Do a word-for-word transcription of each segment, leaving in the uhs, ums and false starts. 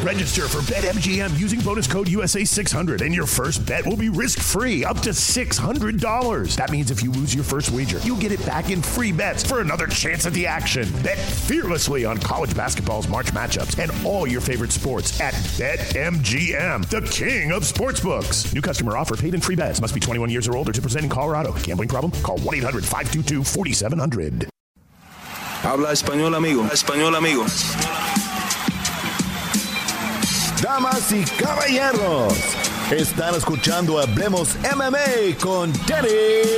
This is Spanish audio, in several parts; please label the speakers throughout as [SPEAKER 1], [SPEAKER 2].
[SPEAKER 1] Register for BetMGM using bonus code U S A six hundred, and your first bet will be risk-free up to six hundred dollars. That means if you lose your first wager, you'll get it back in free bets for another chance at the action. Bet fearlessly on college basketball's March matchups and all your favorite sports at BetMGM, the king of sportsbooks. New customer offer, paid in free bets. Must be twenty-one years or older to present in Colorado. Gambling problem? Call one eight hundred five two two four seven zero zero.
[SPEAKER 2] Habla español, amigo. Español, amigo.
[SPEAKER 3] Damas y caballeros, están escuchando Hablemos M M A con Danny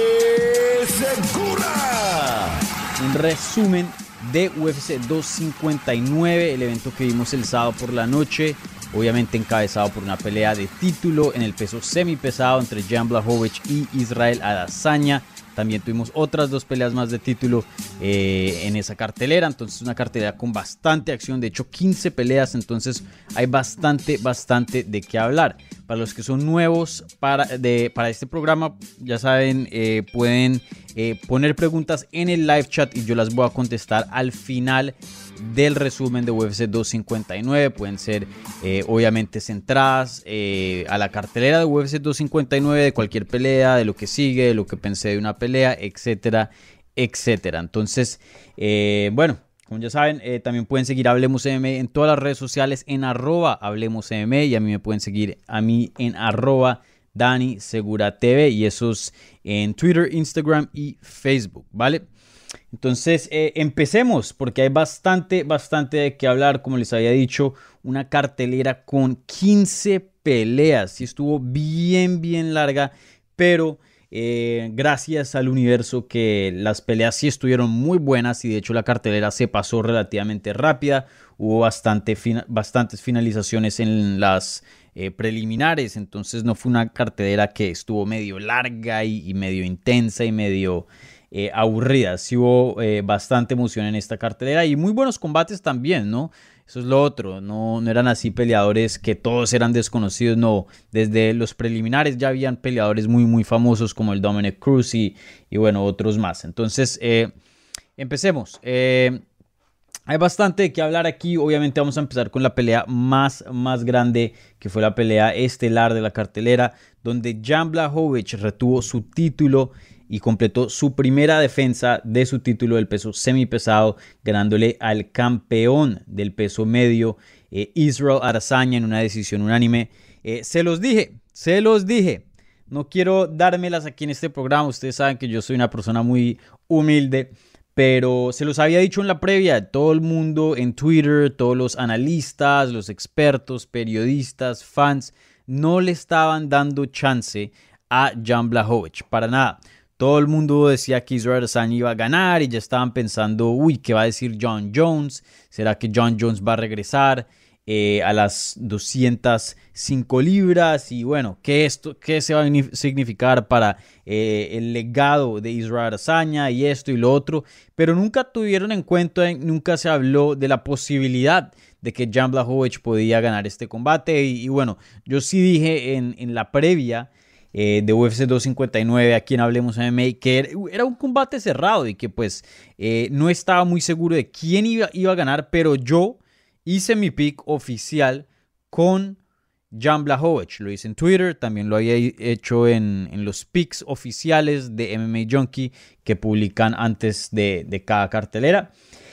[SPEAKER 3] Segura.
[SPEAKER 4] Un resumen de U F C doscientos cincuenta y nueve, el evento que vimos el sábado por la noche, obviamente encabezado por una pelea de título en el peso semipesado entre Jan Blachowicz y Israel Adesanya. También tuvimos otras dos peleas más de título eh, en esa cartelera. Entonces una cartelera con bastante acción. De hecho quince peleas. Entonces hay bastante, bastante de qué hablar. Para los que son nuevos para, de, para este programa, ya saben, eh, pueden eh, poner preguntas en el live chat y yo las voy a contestar al final del resumen de U F C doscientos cincuenta y nueve. Pueden ser eh, obviamente centradas eh, a la cartelera de U F C doscientos cincuenta y nueve, de cualquier pelea, de lo que sigue, de lo que pensé de una pelea, etcétera, etcétera. Entonces, eh, bueno, como ya saben, eh, también pueden seguir Hablemos M M A en todas las redes sociales en arroba Hablemos M M A, y a mí me pueden seguir a mí en arroba Dani Segura T V, y esos en Twitter, Instagram y Facebook, ¿vale? Entonces eh, empecemos, porque hay bastante, bastante de qué hablar. Como les había dicho, una cartelera con quince peleas, y estuvo bien, bien larga, pero eh, gracias al universo que las peleas sí estuvieron muy buenas, y de hecho la cartelera se pasó relativamente rápida. Hubo bastante fina- bastantes finalizaciones en las eh, preliminares, entonces no fue una cartelera que estuvo medio larga y, y medio intensa y medio Eh, aburridas. Sí hubo eh, bastante emoción en esta cartelera y muy buenos combates también, ¿no? Eso es lo otro, no, no eran así peleadores que todos eran desconocidos, no. Desde los preliminares ya habían peleadores muy muy famosos como el Dominic Cruz y, y bueno, otros más. Entonces, eh, empecemos. Eh, hay bastante de qué hablar aquí. Obviamente vamos a empezar con la pelea más, más grande, que fue la pelea estelar de la cartelera, donde Jan Blachowicz retuvo su título y completó su primera defensa de su título del peso semipesado, ganándole al campeón del peso medio, eh, Israel Adesanya, en una decisión unánime. Eh, se los dije, se los dije. No quiero dármelas aquí en este programa. Ustedes saben que yo soy una persona muy humilde, pero se los había dicho en la previa. Todo el mundo en Twitter, todos los analistas, los expertos, periodistas, fans, no le estaban dando chance a Jan Blachowicz, para nada. Todo el mundo decía que Israel Adesanya iba a ganar y ya estaban pensando, uy, ¿qué va a decir Jon Jones? ¿Será que Jon Jones va a regresar eh, a las doscientas cinco libras? Y bueno, ¿qué, esto, qué se va a significar para eh, el legado de Israel Adesanya y esto y lo otro? Pero nunca tuvieron en cuenta, nunca se habló de la posibilidad de que Jan Blachowicz podía ganar este combate. Y, y bueno, yo sí dije en, en la previa Eh, de U F C doscientos cincuenta y nueve aquí en Hablemos M M A que era, era un combate cerrado y que pues eh, no estaba muy seguro de quién iba, iba a ganar, pero yo hice mi pick oficial con Jan Blachowicz. Lo hice en Twitter, también lo había hecho en, en los picks oficiales de M M A Junkie que publican antes de, de cada cartelera.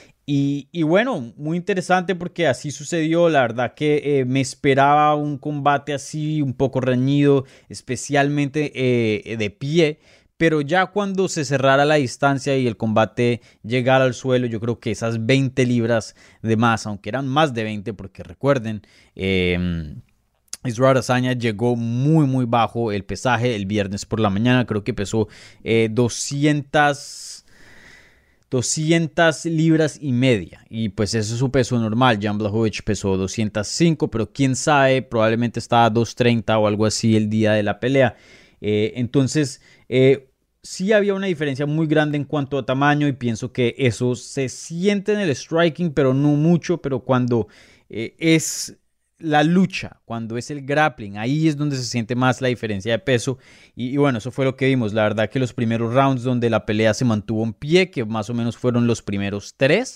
[SPEAKER 4] Y, y bueno, muy interesante porque así sucedió. La verdad que eh, me esperaba un combate así, un poco reñido, especialmente eh, de pie. Pero ya cuando se cerrara la distancia y el combate llegara al suelo, yo creo que esas veinte libras de más, aunque eran más de veinte, porque recuerden, eh, Israel Adesanya llegó muy muy bajo el pesaje el viernes por la mañana. Creo que pesó eh, doscientas libras y media, y pues eso es su peso normal. Jan Blachowicz pesó doscientas cinco, pero quién sabe, probablemente estaba a doscientos treinta o algo así el día de la pelea. Eh, entonces eh, sí había una diferencia muy grande en cuanto a tamaño, y pienso que eso se siente en el striking, pero no mucho. Pero cuando eh, es la lucha, cuando es el grappling, ahí es donde se siente más la diferencia de peso. Y, y bueno, eso fue lo que vimos. La verdad que los primeros rounds donde la pelea se mantuvo en pie, que más o menos fueron los primeros tres,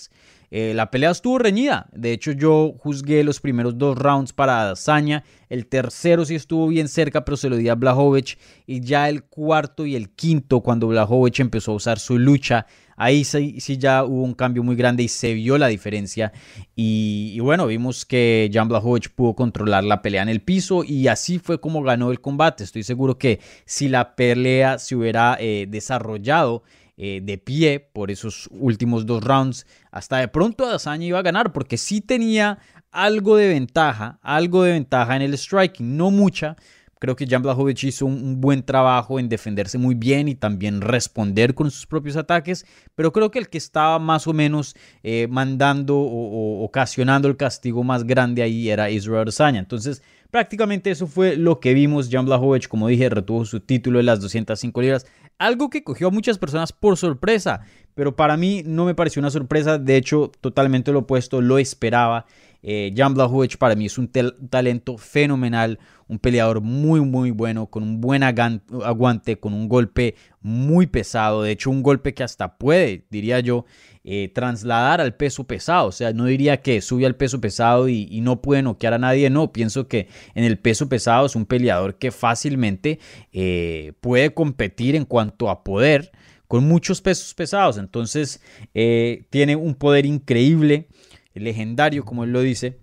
[SPEAKER 4] eh, la pelea estuvo reñida. De hecho, yo juzgué los primeros dos rounds para Adesanya. El tercero sí estuvo bien cerca, pero se lo di a Blachowicz. Y ya el cuarto y el quinto, cuando Blachowicz empezó a usar su lucha, ahí sí, sí ya hubo un cambio muy grande y se vio la diferencia. Y, y bueno, vimos que Jan Blachowicz pudo controlar la pelea en el piso y así fue como ganó el combate. Estoy seguro que si la pelea se hubiera eh, desarrollado eh, de pie por esos últimos dos rounds, hasta de pronto Adesanya iba a ganar, porque sí tenía algo de ventaja, algo de ventaja en el striking, no mucha. Creo que Jan Blachowicz hizo un, un buen trabajo en defenderse muy bien y también responder con sus propios ataques, pero creo que el que estaba más o menos eh, mandando o, o ocasionando el castigo más grande ahí era Israel Adesanya. Entonces, prácticamente eso fue lo que vimos. Jan Blachowicz, como dije, retuvo su título en las doscientas cinco libras, algo que cogió a muchas personas por sorpresa, pero para mí no me pareció una sorpresa. De hecho, totalmente lo opuesto, lo esperaba. Eh, Jan Blachowicz para mí es un tel- talento fenomenal, un peleador muy muy bueno, con un buen agan- aguante, con un golpe muy pesado, de hecho un golpe que hasta puede, diría yo, eh, trasladar al peso pesado. O sea, no diría que sube al peso pesado y, y no puede noquear a nadie, no, pienso que en el peso pesado es un peleador que fácilmente eh, puede competir en cuanto a poder con muchos pesos pesados. Entonces eh, tiene un poder increíble, legendario, como él lo dice.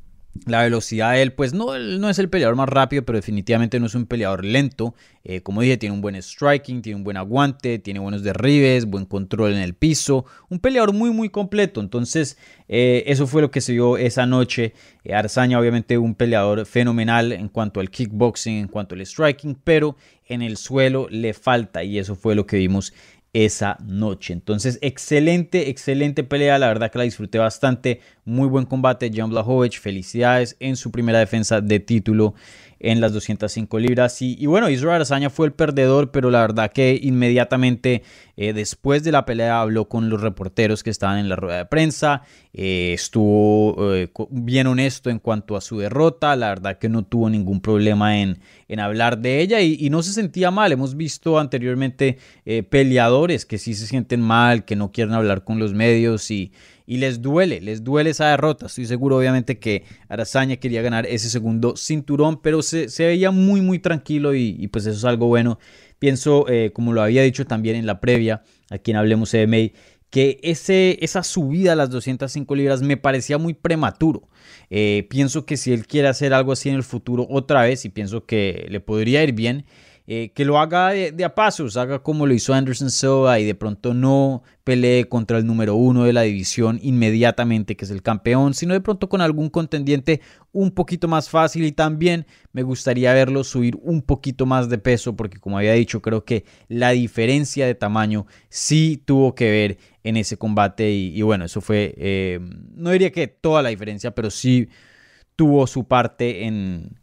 [SPEAKER 4] La velocidad de él, pues no, él no es el peleador más rápido, pero definitivamente no es un peleador lento. Eh, como dije, tiene un buen striking, tiene un buen aguante, tiene buenos derribes, buen control en el piso. Un peleador muy, muy completo. Entonces, eh, eso fue lo que se vio esa noche. Eh, Adesanya, obviamente, un peleador fenomenal en cuanto al kickboxing, en cuanto al striking, pero en el suelo le falta, y eso fue lo que vimos esa noche. Entonces, excelente, excelente pelea. La verdad que la disfruté bastante. Muy buen combate. Jan Blachowicz, felicidades en su primera defensa de título en las doscientas cinco libras. Y, y bueno, Israel Adesanya fue el perdedor, pero la verdad que inmediatamente eh, después de la pelea habló con los reporteros que estaban en la rueda de prensa. Eh, estuvo eh, bien honesto en cuanto a su derrota. La verdad que no tuvo ningún problema en, en hablar de ella y, y no se sentía mal. Hemos visto anteriormente eh, peleadores que sí se sienten mal, que no quieren hablar con los medios y Y les duele, les duele esa derrota. Estoy seguro, obviamente, que Adesanya quería ganar ese segundo cinturón, pero se, se veía muy, muy tranquilo y, y pues eso es algo bueno. Pienso, eh, como lo había dicho también en la previa, aquí en Hablemos M M A, que ese, esa subida a las doscientas cinco libras me parecía muy prematuro. Eh, pienso que si él quiere hacer algo así en el futuro otra vez, y pienso que le podría ir bien, Eh, que lo haga de, de a pasos, haga como lo hizo Anderson Silva y de pronto no pelee contra el número uno de la división inmediatamente, que es el campeón, sino de pronto con algún contendiente un poquito más fácil. Y también me gustaría verlo subir un poquito más de peso, porque como había dicho, creo que la diferencia de tamaño sí tuvo que ver en ese combate y, y bueno, eso fue, eh, no diría que toda la diferencia, pero sí tuvo su parte en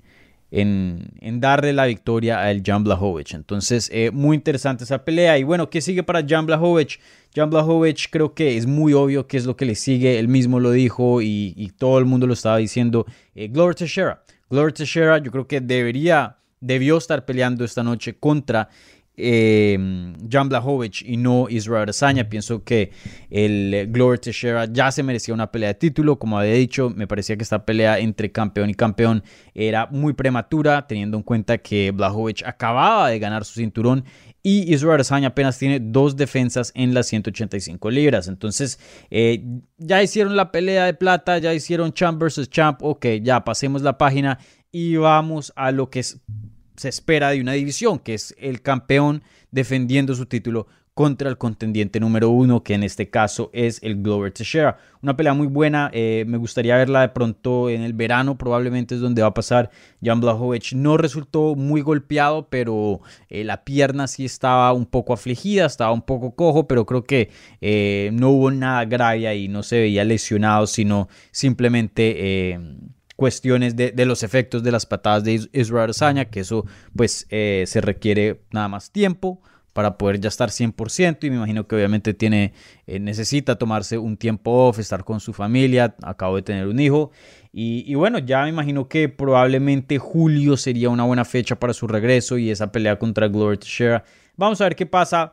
[SPEAKER 4] En, en darle la victoria a el Jan Blachowicz. Entonces, eh, muy interesante esa pelea. Y bueno, ¿qué sigue para Jan Blachowicz? Jan Blachowicz creo que es muy obvio qué es lo que le sigue. Él mismo lo dijo y, y todo el mundo lo estaba diciendo. Eh, Glover Teixeira. Glover Teixeira yo creo que debería, debió estar peleando esta noche contra Eh, Jan Blachowicz y no Israel Adesanya. Pienso que el Glover Teixeira ya se merecía una pelea de título. Como había dicho, me parecía que esta pelea entre campeón y campeón era muy prematura, teniendo en cuenta que Blachowicz acababa de ganar su cinturón y Israel Adesanya apenas tiene dos defensas en las ciento ochenta y cinco libras. Entonces eh, ya hicieron la pelea de plata, ya hicieron champ versus champ. Ok, ya pasemos la página y vamos a lo que es se espera de una división, que es el campeón defendiendo su título contra el contendiente número uno, que en este caso es el Glover Teixeira. Una pelea muy buena, eh, me gustaría verla de pronto en el verano, probablemente es donde va a pasar. Jan Blachowicz no resultó muy golpeado, pero eh, la pierna sí estaba un poco afligida, estaba un poco cojo, pero creo que eh, no hubo nada grave ahí, no se veía lesionado, sino simplemente Eh, cuestiones de, de los efectos de las patadas de Israel Adesanya, que eso pues eh, se requiere nada más tiempo para poder ya estar cien por ciento y me imagino que obviamente tiene, eh, necesita tomarse un tiempo off, estar con su familia, acabo de tener un hijo y, y bueno, ya me imagino que probablemente julio sería una buena fecha para su regreso y esa pelea contra Glover Teixeira. Vamos a ver qué pasa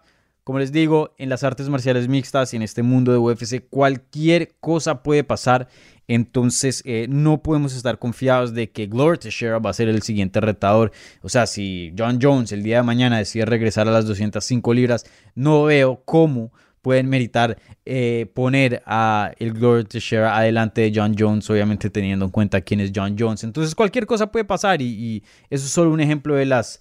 [SPEAKER 4] como les digo, en las artes marciales mixtas y en este mundo de U F C cualquier cosa puede pasar. Entonces eh, no podemos estar confiados de que Glover Teixeira va a ser el siguiente retador. O sea, si Jon Jones el día de mañana decide regresar a las doscientas cinco libras, no veo cómo pueden meritar eh, poner a el Glover Teixeira adelante de Jon Jones, obviamente teniendo en cuenta quién es Jon Jones. Entonces cualquier cosa puede pasar y, y eso es solo un ejemplo de las...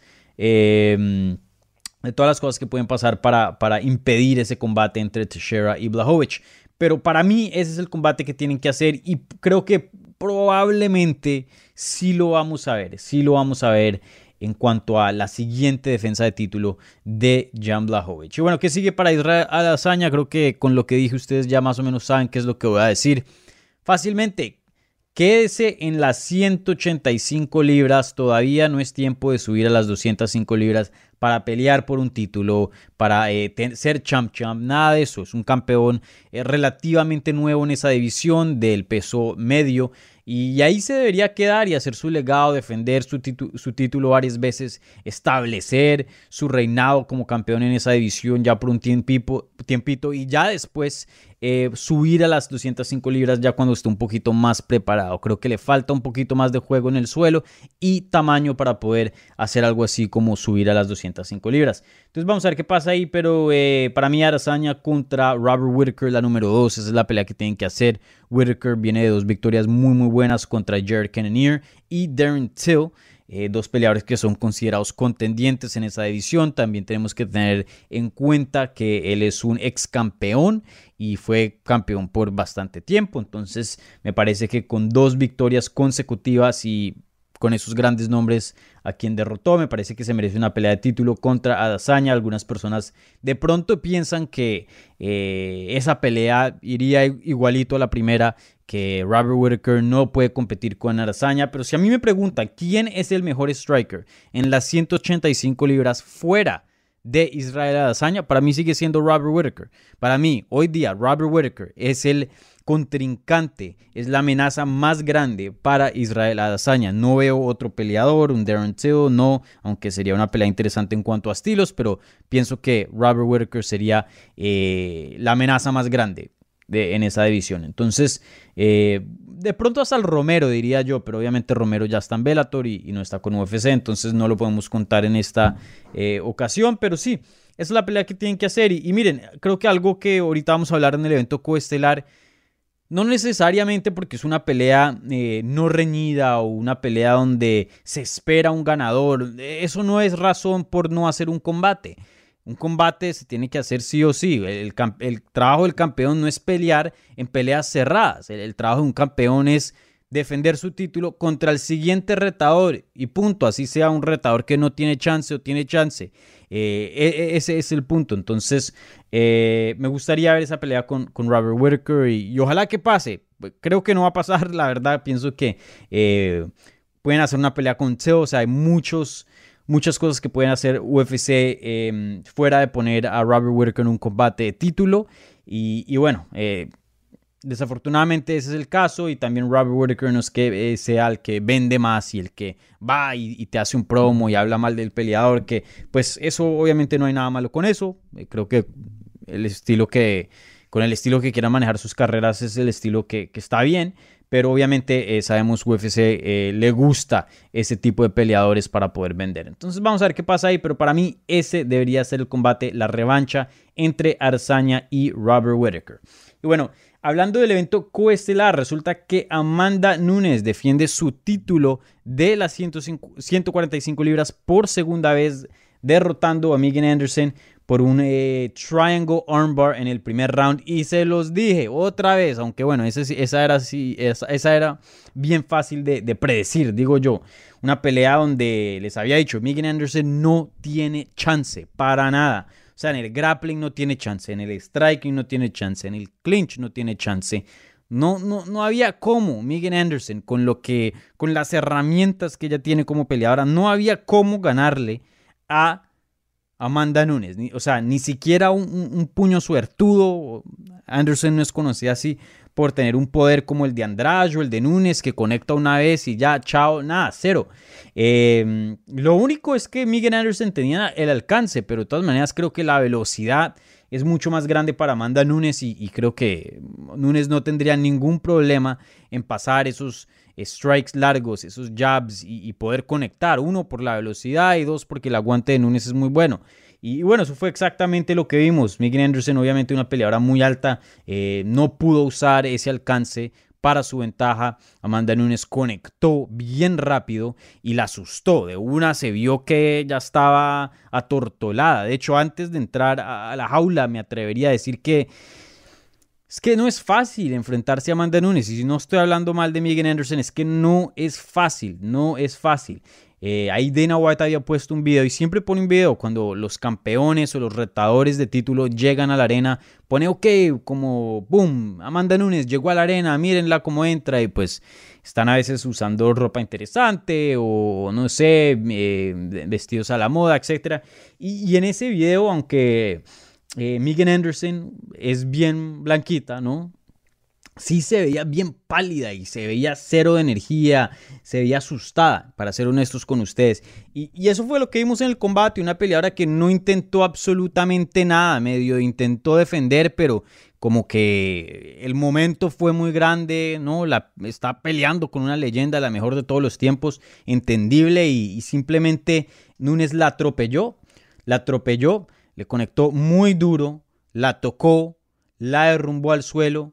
[SPEAKER 4] Eh, de todas las cosas que pueden pasar para, para impedir ese combate entre Teixeira y Blachowicz. Pero para mí ese es el combate que tienen que hacer y creo que probablemente sí lo vamos a ver, sí lo vamos a ver en cuanto a la siguiente defensa de título de Jan Blachowicz. Y bueno, ¿qué sigue para Israel Adesanya? Creo que con lo que dije ustedes ya más o menos saben qué es lo que voy a decir. Fácilmente, quédese en las ciento ochenta y cinco libras, todavía no es tiempo de subir a las doscientas cinco libras para pelear por un título, para eh, ten, ser champ champ, nada de eso. Es un campeón eh, relativamente nuevo en esa división del peso medio y ahí se debería quedar y hacer su legado, defender su, titu- su título varias veces, establecer su reinado como campeón en esa división ya por un tiempito, tiempito y ya después eh, subir a las doscientas cinco libras ya cuando esté un poquito más preparado. Creo que le falta un poquito más de juego en el suelo y tamaño para poder hacer algo así como subir a las doscientas cinco libras. Entonces vamos a ver qué pasa ahí, pero eh, para mí Adesanya contra Robert Whittaker, la número dos, esa es la pelea que tienen que hacer. Whittaker viene de dos victorias muy muy buenas contra Jared Cannonier y Darren Till, eh, dos peleadores que son considerados contendientes en esa división. También tenemos que tener en cuenta que él es un ex campeón y fue campeón por bastante tiempo, entonces me parece que con dos victorias consecutivas y con esos grandes nombres a quien derrotó, me parece que se merece una pelea de título contra Adesanya. Algunas personas de pronto piensan que eh, esa pelea iría igualito a la primera, que Robert Whittaker no puede competir con Adesanya, pero si a mí me preguntan quién es el mejor striker en las ciento ochenta y cinco libras fuera de Israel Adesanya, para mí sigue siendo Robert Whittaker. Para mí, hoy día, Robert Whittaker es el contrincante, es la amenaza más grande para Israel Adesanya. No veo otro peleador, un Darren Till, no, aunque sería una pelea interesante en cuanto a estilos, pero pienso que Robert Whittaker sería eh, la amenaza más grande de, en esa división. Entonces, eh, de pronto hasta el Romero, diría yo, pero obviamente Romero ya está en Bellator y, y no está con U F C, entonces no lo podemos contar en esta eh, ocasión, pero sí, esa es la pelea que tienen que hacer. Y, y miren, creo que algo que ahorita vamos a hablar en el evento coestelar, no necesariamente porque es una pelea eh, no reñida o una pelea donde se espera un ganador, eso no es razón por no hacer un combate. Un combate se tiene que hacer sí o sí. El, el, el trabajo del campeón no es pelear en peleas cerradas. El, el trabajo de un campeón es defender su título contra el siguiente retador y punto. Así sea un retador que no tiene chance o tiene chance. Eh, ese es el punto. Entonces, eh, me gustaría ver esa pelea con, con Robert Whittaker y, y ojalá que pase. Creo que no va a pasar, la verdad. Pienso que eh, pueden hacer una pelea con Till. O sea, hay muchos... Muchas cosas que pueden hacer U F C eh, fuera de poner a Robert Whittaker en un combate de título. Y, y bueno, eh, desafortunadamente ese es el caso. Y también Robert Whittaker no es que sea el que vende más y el que va y, y te hace un promo y habla mal del peleador. Que pues eso obviamente no hay nada malo con eso. Eh, creo que el estilo que, con el estilo que quieran manejar sus carreras es el estilo que, que está bien. Pero obviamente eh, sabemos U F C eh, le gusta ese tipo de peleadores para poder vender. Entonces vamos a ver qué pasa ahí. Pero para mí ese debería ser el combate, la revancha entre Adesanya y Robert Whittaker. Y bueno, hablando del evento coestelar, resulta que Amanda Nunes defiende su título de las ciento cuarenta y cinco libras por segunda vez, derrotando a Megan Anderson por un eh, triangle armbar en el primer round. Y se los dije otra vez, aunque bueno, ese, esa, era, esa, esa era bien fácil de, de predecir, digo yo. Una pelea donde les había dicho, Megan Anderson no tiene chance para nada. O sea, en el grappling no tiene chance, en el striking no tiene chance, en el clinch no tiene chance. No, no, no había cómo Megan Anderson, con, lo que, con las herramientas que ella tiene como peleadora, no había cómo ganarle a Amanda Nunes. O sea, ni siquiera un, un, un puño suertudo. Anderson no es conocida así por tener un poder como el de Andrade o el de Nunes, que conecta una vez y ya, chao, nada, cero. Eh, lo único es que Miguel Anderson tenía el alcance, pero de todas maneras creo que la velocidad es mucho más grande para Amanda Nunes y, y creo que Nunes no tendría ningún problema en pasar esos strikes largos, esos jabs y, y poder conectar. Uno, por la velocidad y dos, porque el aguante de Nunes es muy bueno. Y bueno, eso fue exactamente lo que vimos. Miguel Anderson, obviamente una peleadora muy alta, eh, no pudo usar ese alcance para su ventaja. Amanda Nunes conectó bien rápido y la asustó. De una se vio que ya estaba atortolada. De hecho, antes de entrar a la jaula, me atrevería a decir que es que no es fácil enfrentarse a Amanda Nunes. Y si no estoy hablando mal de Miguel Anderson, es que no es fácil, no es fácil. Eh, ahí Dana White había puesto un video y siempre pone un video cuando los campeones o los retadores de título llegan a la arena. Pone ok, como boom, Amanda Nunes llegó a la arena, mírenla cómo entra, y pues están a veces usando ropa interesante o no sé, eh, vestidos a la moda, etcétera. Y, y en ese video, aunque eh, Miguel Anderson es bien blanquita, ¿no? Sí se veía bien pálida y se veía cero de energía, se veía asustada, para ser honestos con ustedes. Y, y eso fue lo que vimos en el combate, una peleadora que no intentó absolutamente nada, medio intentó defender, pero como que el momento fue muy grande, ¿no? La, está peleando con una leyenda, la mejor de todos los tiempos, entendible, y, y simplemente Nunes la atropelló, la atropelló, le conectó muy duro, la tocó, la derrumbó al suelo.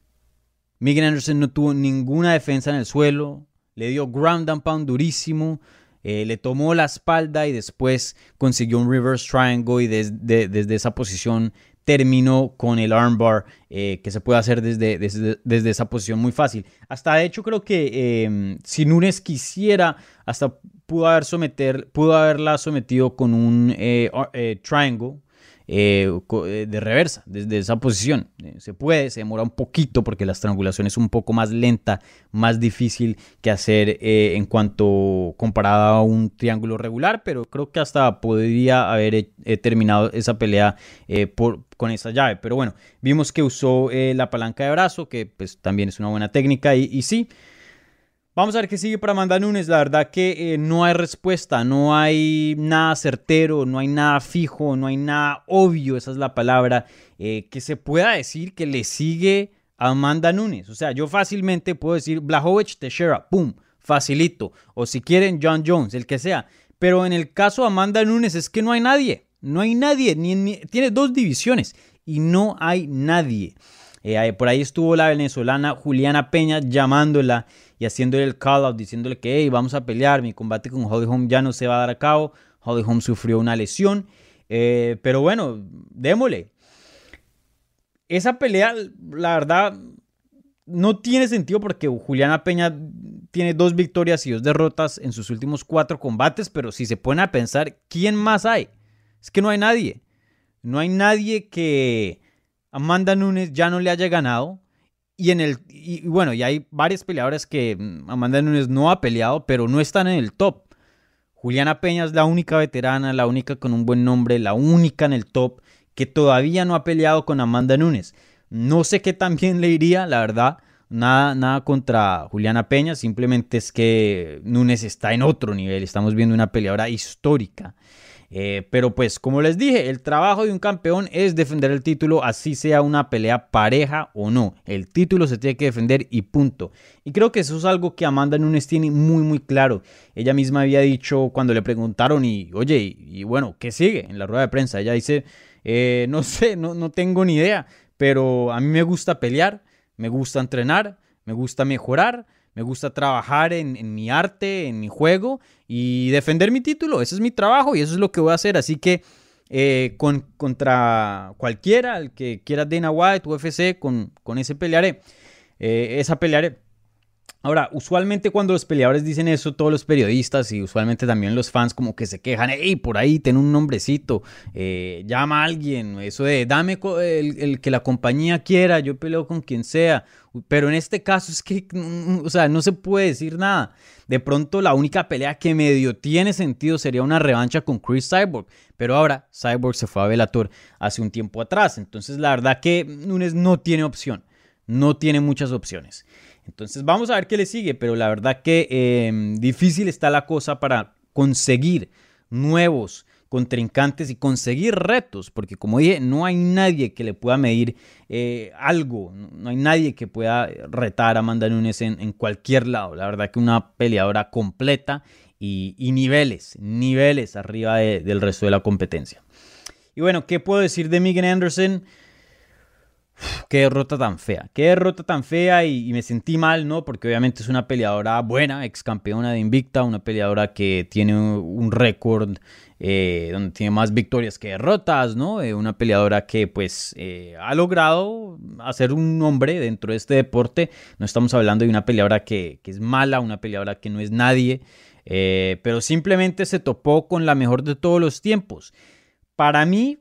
[SPEAKER 4] Miguel Anderson no tuvo ninguna defensa en el suelo, le dio ground and pound durísimo, eh, le tomó la espalda y después consiguió un reverse triangle y desde, de, desde esa posición terminó con el armbar, eh, que se puede hacer desde, desde, desde esa posición muy fácil. Hasta de hecho creo que eh, si Nunes quisiera, hasta pudo, haber someter, pudo haberla sometido con un eh, eh, triangle, Eh, de reversa, desde esa posición. Eh, se puede, se demora un poquito porque la estrangulación es un poco más lenta, más difícil que hacer eh, en cuanto comparada a un triángulo regular, pero creo que hasta podría haber eh, terminado esa pelea eh, por, con esa llave. Pero bueno, vimos que usó eh, la palanca de brazo, que pues también es una buena técnica, y, y sí. Vamos a ver qué sigue para Amanda Nunes. La verdad que eh, no hay respuesta, no hay nada certero, no hay nada fijo, no hay nada obvio, esa es la palabra, eh, que se pueda decir que le sigue a Amanda Nunes. O sea, yo fácilmente puedo decir Blachowicz, Teixeira, pum, facilito. O si quieren, John Jones, el que sea. Pero en el caso de Amanda Nunes es que no hay nadie, no hay nadie, ni, ni, tiene dos divisiones y no hay nadie. Eh, por ahí estuvo la venezolana Juliana Peña llamándola y haciéndole el call out, diciéndole que hey, vamos a pelear, mi combate con Holly Holm ya no se va a dar a cabo. Holly Holm sufrió una lesión, eh, pero bueno, démosle. Esa pelea, la verdad, no tiene sentido porque Juliana Peña tiene dos victorias y dos derrotas en sus últimos cuatro combates, pero si se pone a pensar, ¿quién más hay? Es que no hay nadie. No hay nadie que Amanda Nunes ya no le haya ganado. Y en el y bueno, y hay varias peleadoras que Amanda Nunes no ha peleado, pero no están en el top. Juliana Peña es la única veterana, la única con un buen nombre, la única en el top que todavía no ha peleado con Amanda Nunes. No sé qué tan bien le iría, la verdad. Nada, nada contra Juliana Peña, simplemente es que Nunes está en otro nivel. Estamos viendo una peleadora histórica. Eh, pero pues, como les dije, el trabajo de un campeón es defender el título, así sea una pelea pareja o no. El título se tiene que defender y punto. Y creo que eso es algo que Amanda Nunes tiene muy, muy claro. Ella misma había dicho cuando le preguntaron y, oye, y, y bueno, ¿qué sigue? En la rueda de prensa, ella dice, eh, no sé, no, no tengo ni idea, pero a mí me gusta pelear, me gusta entrenar, me gusta mejorar. Me gusta trabajar en, en mi arte, en mi juego y defender mi título. Ese es mi trabajo y eso es lo que voy a hacer. Así que eh, con, contra cualquiera, el que quiera Dana White, U F C, con, con ese pelearé. Eh, esa pelearé. Ahora, usualmente cuando los peleadores dicen eso, todos los periodistas y usualmente también los fans como que se quejan, hey, por ahí ten un nombrecito, eh, llama a alguien, eso de dame el, el que la compañía quiera, yo peleo con quien sea, pero en este caso es que, o sea, no se puede decir nada. De pronto la única pelea que medio tiene sentido sería una revancha con Chris Cyborg, pero ahora Cyborg se fue a Bellator hace un tiempo atrás, entonces la verdad que Nunes no tiene opción. no tiene muchas opciones. Entonces vamos a ver qué le sigue, pero la verdad que eh, difícil está la cosa para conseguir nuevos contrincantes y conseguir retos, porque como dije, no hay nadie que le pueda medir eh, algo, no hay nadie que pueda retar a Amanda Nunes en, en cualquier lado. La verdad que una peleadora completa y, y niveles, niveles arriba de, del resto de la competencia. Y bueno, ¿qué puedo decir de Megan Anderson? Uf, qué derrota tan fea, qué derrota tan fea y, y me sentí mal, ¿no? Porque obviamente es una peleadora buena, ex campeona de Invicta, una peleadora que tiene un, un récord eh, donde tiene más victorias que derrotas, ¿no? Eh, una peleadora que pues eh, ha logrado hacer un nombre dentro de este deporte. No estamos hablando de una peleadora que, que es mala, una peleadora que no es nadie, eh, pero simplemente se topó con la mejor de todos los tiempos. Para mí,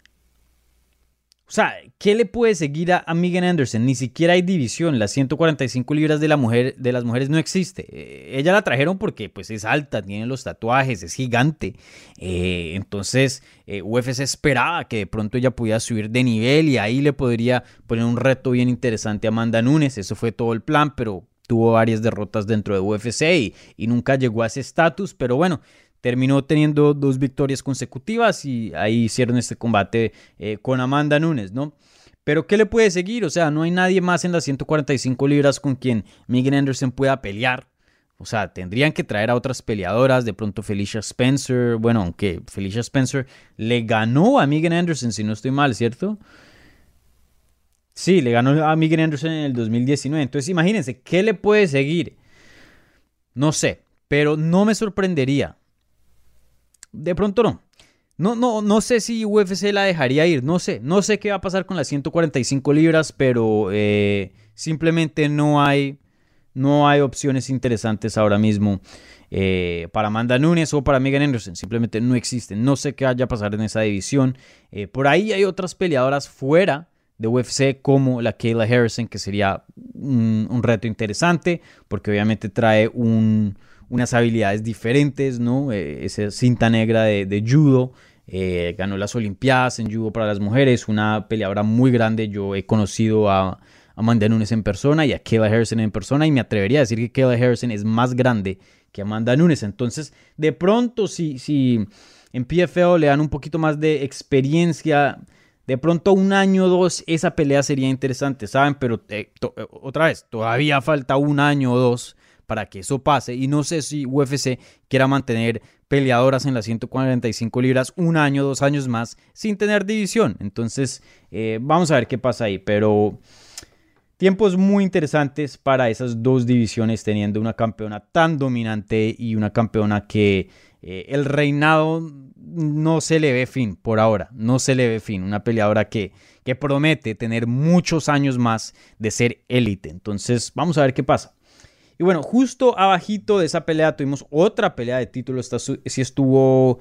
[SPEAKER 4] o sea, ¿qué le puede seguir a, a Megan Anderson? Ni siquiera hay división. Las ciento cuarenta y cinco libras de, la mujer, de las mujeres no existe. Eh, ella la trajeron porque pues, es alta, tiene los tatuajes, es gigante. Eh, entonces, eh, U F C esperaba que de pronto ella pudiera subir de nivel y ahí le podría poner un reto bien interesante a Amanda Nunes. Eso fue todo el plan, pero tuvo varias derrotas dentro de U F C y, y nunca llegó a ese estatus. Pero bueno, terminó teniendo dos victorias consecutivas y ahí hicieron este combate eh, con Amanda Nunes, ¿no? Pero ¿qué le puede seguir? O sea, no hay nadie más en las ciento cuarenta y cinco libras con quien Megan Anderson pueda pelear. O sea, tendrían que traer a otras peleadoras, de pronto Felicia Spencer. Bueno, aunque Felicia Spencer le ganó a Megan Anderson, si no estoy mal, ¿cierto? Sí, le ganó a Megan Anderson en el dos mil diecinueve. Entonces, imagínense, ¿qué le puede seguir? No sé, pero no me sorprendería. De pronto no. No, no, no sé si U F C la dejaría ir. No sé. No sé qué va a pasar con las ciento cuarenta y cinco libras, pero eh, simplemente no hay, no hay opciones interesantes ahora mismo eh, para Amanda Nunes o para Megan Anderson. Simplemente no existen. No sé qué vaya a pasar en esa división. Eh, por ahí hay otras peleadoras fuera de U F C como la Kayla Harrison, que sería un, un reto interesante porque obviamente trae un... unas habilidades diferentes, ¿no? Eh, esa cinta negra de, de judo, eh, ganó las Olimpiadas en judo para las mujeres, una peleadora muy grande. Yo he conocido a Amanda Nunes en persona y a Kayla Harrison en persona y me atrevería a decir que Kayla Harrison es más grande que Amanda Nunes. Entonces, de pronto, si, si en P F L le dan un poquito más de experiencia, de pronto un año o dos, esa pelea sería interesante, ¿saben? Pero eh, to- otra vez, todavía falta un año o dos para que eso pase y no sé si U F C quiera mantener peleadoras en las ciento cuarenta y cinco libras un año, dos años más sin tener división. Entonces eh, vamos a ver qué pasa ahí, pero tiempos muy interesantes para esas dos divisiones teniendo una campeona tan dominante y una campeona que eh, el reinado no se le ve fin por ahora, no se le ve fin, una peleadora que, que promete tener muchos años más de ser élite. Entonces vamos a ver qué pasa. Y bueno, justo abajito de esa pelea tuvimos otra pelea de título. Esta sí estuvo...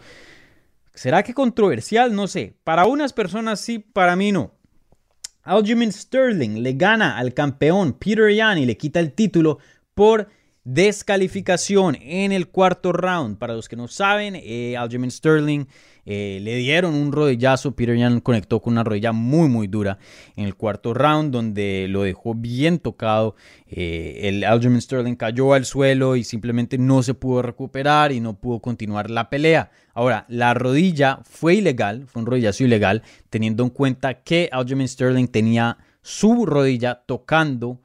[SPEAKER 4] ¿Será que controversial? No sé. Para unas personas sí, para mí no. Aljamain Sterling le gana al campeón Peter Yan y le quita el título por descalificación en el cuarto round. Para los que no saben, eh, Aljamain Sterling eh, le dieron un rodillazo. Peter Yan conectó con una rodilla muy muy dura en el cuarto round, donde lo dejó bien tocado. Eh, el Aljamain Sterling cayó al suelo y simplemente no se pudo recuperar y no pudo continuar la pelea. Ahora, la rodilla fue ilegal, fue un rodillazo ilegal, teniendo en cuenta que Aljamain Sterling tenía su rodilla tocando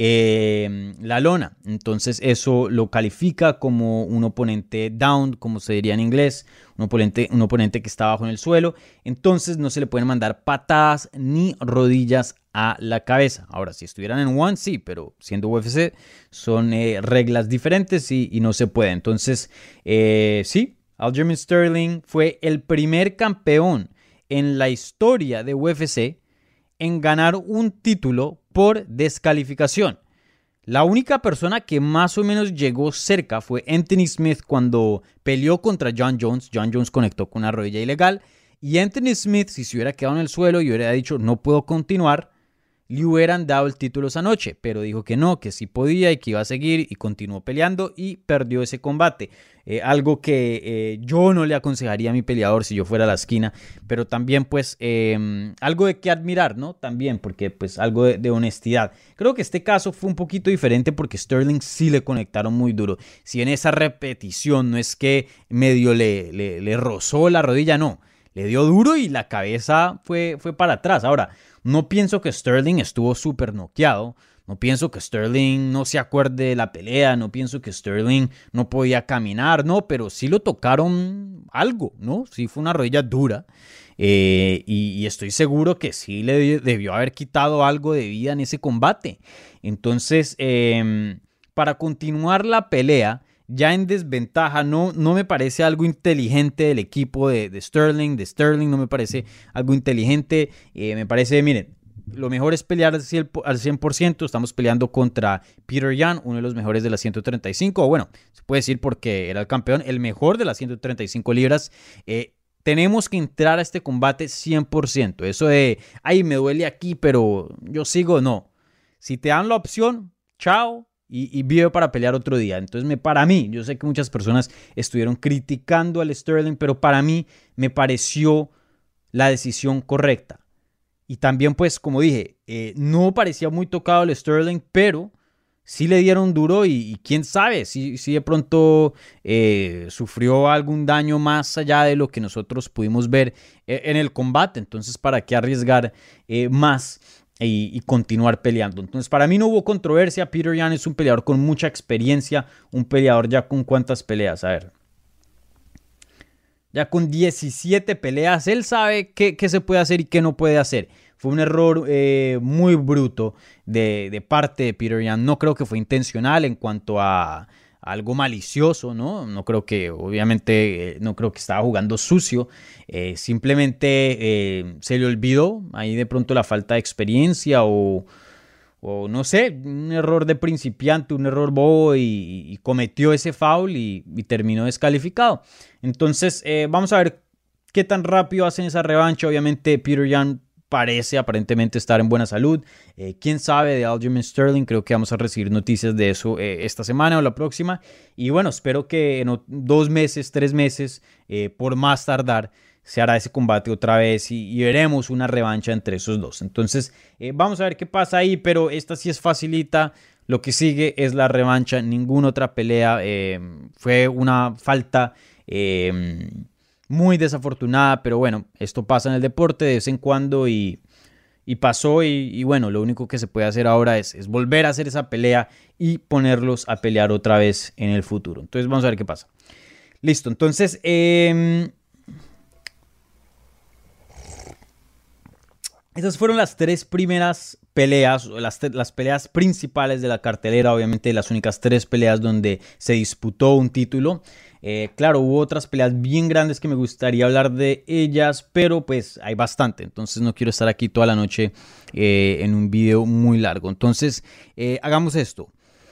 [SPEAKER 4] Eh, la lona. Entonces eso lo califica como un oponente down, como se diría en inglés, un oponente, un oponente que está abajo en el suelo. Entonces no se le pueden mandar patadas ni rodillas a la cabeza. Ahora, si estuvieran en one, sí, pero siendo U F C son eh, reglas diferentes y, y no se puede. Entonces, eh, sí, Aljamain Sterling fue el primer campeón en la historia de U F C en ganar un título por descalificación. La única persona que más o menos llegó cerca fue Anthony Smith cuando peleó contra John Jones. John Jones conectó con una rodilla ilegal y Anthony Smith, si se hubiera quedado en el suelo y hubiera dicho no puedo continuar, le hubieran dado el título esa noche, pero dijo que no, que sí podía y que iba a seguir y continuó peleando y perdió ese combate. Eh, algo que eh, yo no le aconsejaría a mi peleador si yo fuera a la esquina, pero también pues eh, algo de qué admirar, ¿no? También porque pues algo de, de honestidad. Creo que este caso fue un poquito diferente porque Sterling sí le conectaron muy duro. Si en esa repetición no es que medio le, le, le rozó la rodilla, no. Le dio duro y la cabeza fue, fue para atrás. Ahora, no pienso que Sterling estuvo súper noqueado. No pienso que Sterling no se acuerde de la pelea. No pienso que Sterling no podía caminar, no. Pero sí lo tocaron algo, ¿no? Sí fue una rodilla dura. Eh, y, y estoy seguro que sí le debió haber quitado algo de vida en ese combate. Entonces, eh, para continuar la pelea, ya en desventaja, no, no me parece algo inteligente del equipo de, de Sterling, de Sterling no me parece algo inteligente, eh, me parece, miren, lo mejor es pelear al cien por ciento, estamos peleando contra Peter Yan, uno de los mejores de las ciento treinta y cinco, o bueno, se puede decir porque era el campeón, el mejor de las ciento treinta y cinco libras, eh, tenemos que entrar a este combate cien por ciento, eso de, ay, me duele aquí, pero yo sigo, no, si te dan la opción, chao, Y, y vive para pelear otro día. Entonces, me, para mí, yo sé que muchas personas estuvieron criticando al Sterling, pero para mí me pareció la decisión correcta. Y también, pues, como dije, eh, no parecía muy tocado el Sterling, pero sí le dieron duro y, y quién sabe si, si de pronto eh, sufrió algún daño más allá de lo que nosotros pudimos ver eh, en el combate. Entonces, ¿para qué arriesgar eh, más? Y, y continuar peleando. Entonces, para mí no hubo controversia. Peter Yan es un peleador con mucha experiencia, un peleador ya con cuántas peleas, a ver, ya con diecisiete peleas, él sabe qué, qué se puede hacer y qué no puede hacer. Fue un error eh, muy bruto de, de parte de Peter Yan. No creo que fue intencional en cuanto a algo malicioso, ¿no? No creo que, obviamente, eh, no creo que estaba jugando sucio. Eh, simplemente eh, se le olvidó ahí de pronto la falta de experiencia o, o no sé, un error de principiante, un error bobo y, y cometió ese foul y, y terminó descalificado. Entonces, eh, vamos a ver qué tan rápido hacen esa revancha. Obviamente, Peter Yan parece aparentemente estar en buena salud. Eh, ¿Quién sabe de Aljamain Sterling? Creo que vamos a recibir noticias de eso eh, esta semana o la próxima. Y bueno, espero que en dos meses, tres meses, eh, por más tardar, se hará ese combate otra vez y, y veremos una revancha entre esos dos. Entonces, eh, vamos a ver qué pasa ahí, pero esta sí es facilita. Lo que sigue es la revancha. Ninguna otra pelea. Eh, fue una falta Eh, muy desafortunada, pero bueno, esto pasa en el deporte de vez en cuando y, y pasó y, y bueno, lo único que se puede hacer ahora es, es volver a hacer esa pelea y ponerlos a pelear otra vez en el futuro. Entonces vamos a ver qué pasa. Listo, entonces eh, esas fueron las tres primeras peleas, las, las peleas principales de la cartelera, obviamente las únicas tres peleas donde se disputó un título. Eh, claro, hubo otras peleas bien grandes que me gustaría hablar de ellas, pero pues hay bastante, entonces no quiero estar aquí toda la noche eh, en un video muy largo. Entonces, eh, hagamos esto.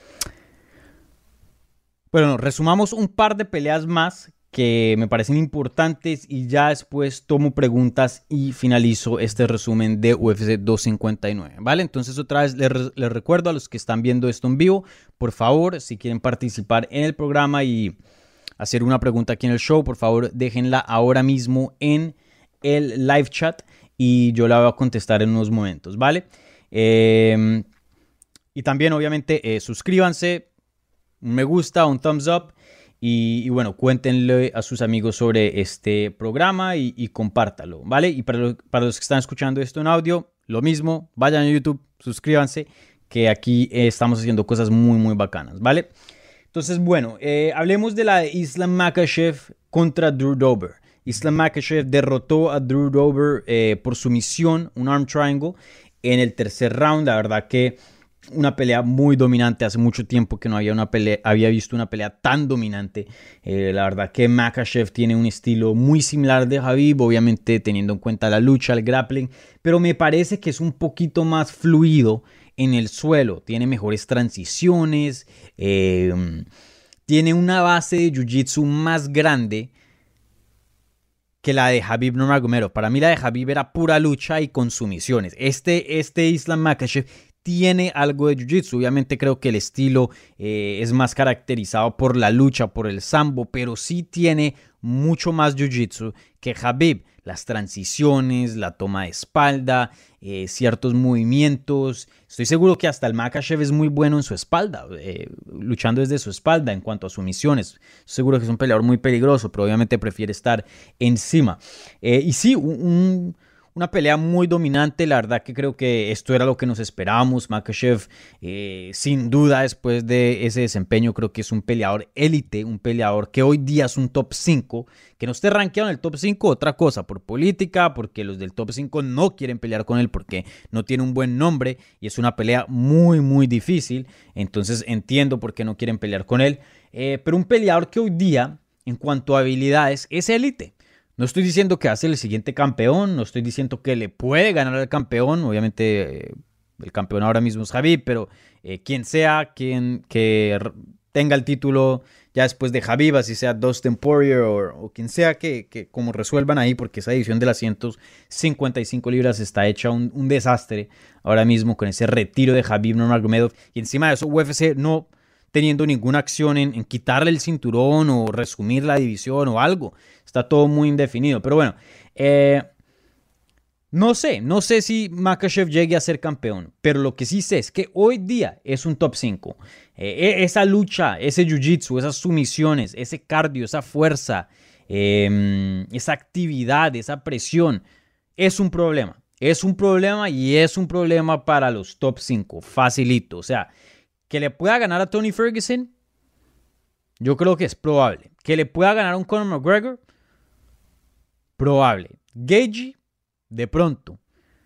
[SPEAKER 4] Bueno, resumamos un par de peleas más que me parecen importantes y ya después tomo preguntas y finalizo este resumen de U F C doscientos cincuenta y nueve, ¿vale? Entonces otra vez les, re les recuerdo a los que están viendo esto en vivo, por favor, si quieren participar en el programa y hacer una pregunta aquí en el show, por favor déjenla ahora mismo en el live chat y yo la voy a contestar en unos momentos, ¿vale? Eh, y también obviamente eh, suscríbanse, un me gusta, un thumbs up. Y, y bueno, cuéntenle a sus amigos sobre este programa y, y compártalo, ¿vale? Y para, lo, para los que están escuchando esto en audio, lo mismo, vayan a YouTube, suscríbanse, que aquí eh, estamos haciendo cosas muy, muy bacanas, ¿vale? Entonces, bueno, eh, hablemos de la de Islam Makhachev contra Drew Dober. Islam Makhachev derrotó a Drew Dober eh, por sumisión, un arm triangle, en el tercer round. La verdad que una pelea muy dominante. Hace mucho tiempo que no había, una pelea, había visto una pelea tan dominante. Eh, la verdad que Makhachev tiene un estilo muy similar de Khabib, obviamente teniendo en cuenta la lucha, el grappling, pero me parece que es un poquito más fluido en el suelo. Tiene mejores transiciones, eh, tiene una base de jiu-jitsu más grande que la de Khabib Nurmagomedov. Para mí la de Khabib era pura lucha y consumiciones. Este, este Islam Makhachev tiene algo de jiu-jitsu. Obviamente creo que el estilo eh, es más caracterizado por la lucha, por el sambo, pero sí tiene mucho más jiu-jitsu que Khabib. Las transiciones, la toma de espalda, eh, ciertos movimientos. Estoy seguro que hasta el Makhachev es muy bueno en su espalda, eh, luchando desde su espalda en cuanto a sumisiones. Estoy seguro que es un peleador muy peligroso, pero obviamente prefiere estar encima. Eh, y sí, un... un Una pelea muy dominante, la verdad que creo que esto era lo que nos esperábamos. Makhachev, eh, sin duda, después de ese desempeño, creo que es un peleador élite, un peleador que hoy día es un top cinco, que no esté rankeado en el top cinco, otra cosa, por política, porque los del top cinco no quieren pelear con él porque no tiene un buen nombre y es una pelea muy, muy difícil. Entonces entiendo por qué no quieren pelear con él. Eh, pero un peleador que hoy día, en cuanto a habilidades, es élite. No estoy diciendo que va a ser el siguiente campeón, no estoy diciendo que le puede ganar al campeón, obviamente eh, el campeón ahora mismo es Khabib, pero eh, quien sea quien que tenga el título ya después de Khabib, así sea Dustin Poirier o, o quien sea que, que como resuelvan ahí, porque esa división de las ciento cincuenta y cinco libras está hecha un, un desastre ahora mismo con ese retiro de Khabib Nurmagomedov, y encima de eso U F C no teniendo ninguna acción en, en quitarle el cinturón o resumir la división o algo. Está todo muy indefinido. Pero bueno, eh, no sé, no sé si Makhachev llegue a ser campeón, pero lo que sí sé es que hoy día es un top cinco. Eh, esa lucha, ese jiu-jitsu, esas sumisiones, ese cardio, esa fuerza, eh, esa actividad, esa presión, es un problema. Es un problema y es un problema para los top cinco, facilito. O sea, que le pueda ganar a Tony Ferguson, yo creo que es probable. Que le pueda ganar a un Conor McGregor, probable. Gaethje, de pronto.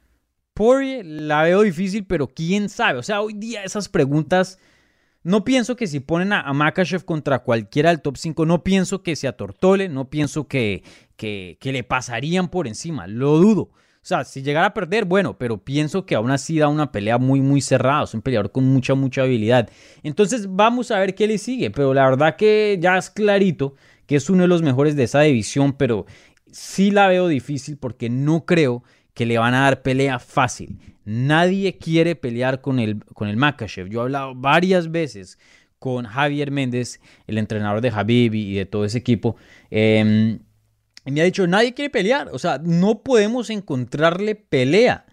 [SPEAKER 4] Poirier, la veo difícil, pero quién sabe. O sea, hoy día esas preguntas, no pienso que si ponen a, a Makhachev contra cualquiera del top cinco, no pienso que se atortole, no pienso que, que, que le pasarían por encima. Lo dudo. O sea, si llegara a perder, bueno, pero pienso que aún así da una pelea muy, muy cerrada. Es un peleador con mucha, mucha habilidad. Entonces vamos a ver qué le sigue. Pero la verdad que ya es clarito que es uno de los mejores de esa división. Pero sí la veo difícil porque no creo que le van a dar pelea fácil. Nadie quiere pelear con el, con el Makhachev. Yo he hablado varias veces con Javier Méndez, el entrenador de Khabib y de todo ese equipo. Eh... Y me ha dicho, nadie quiere pelear. O sea, no podemos encontrarle pelea.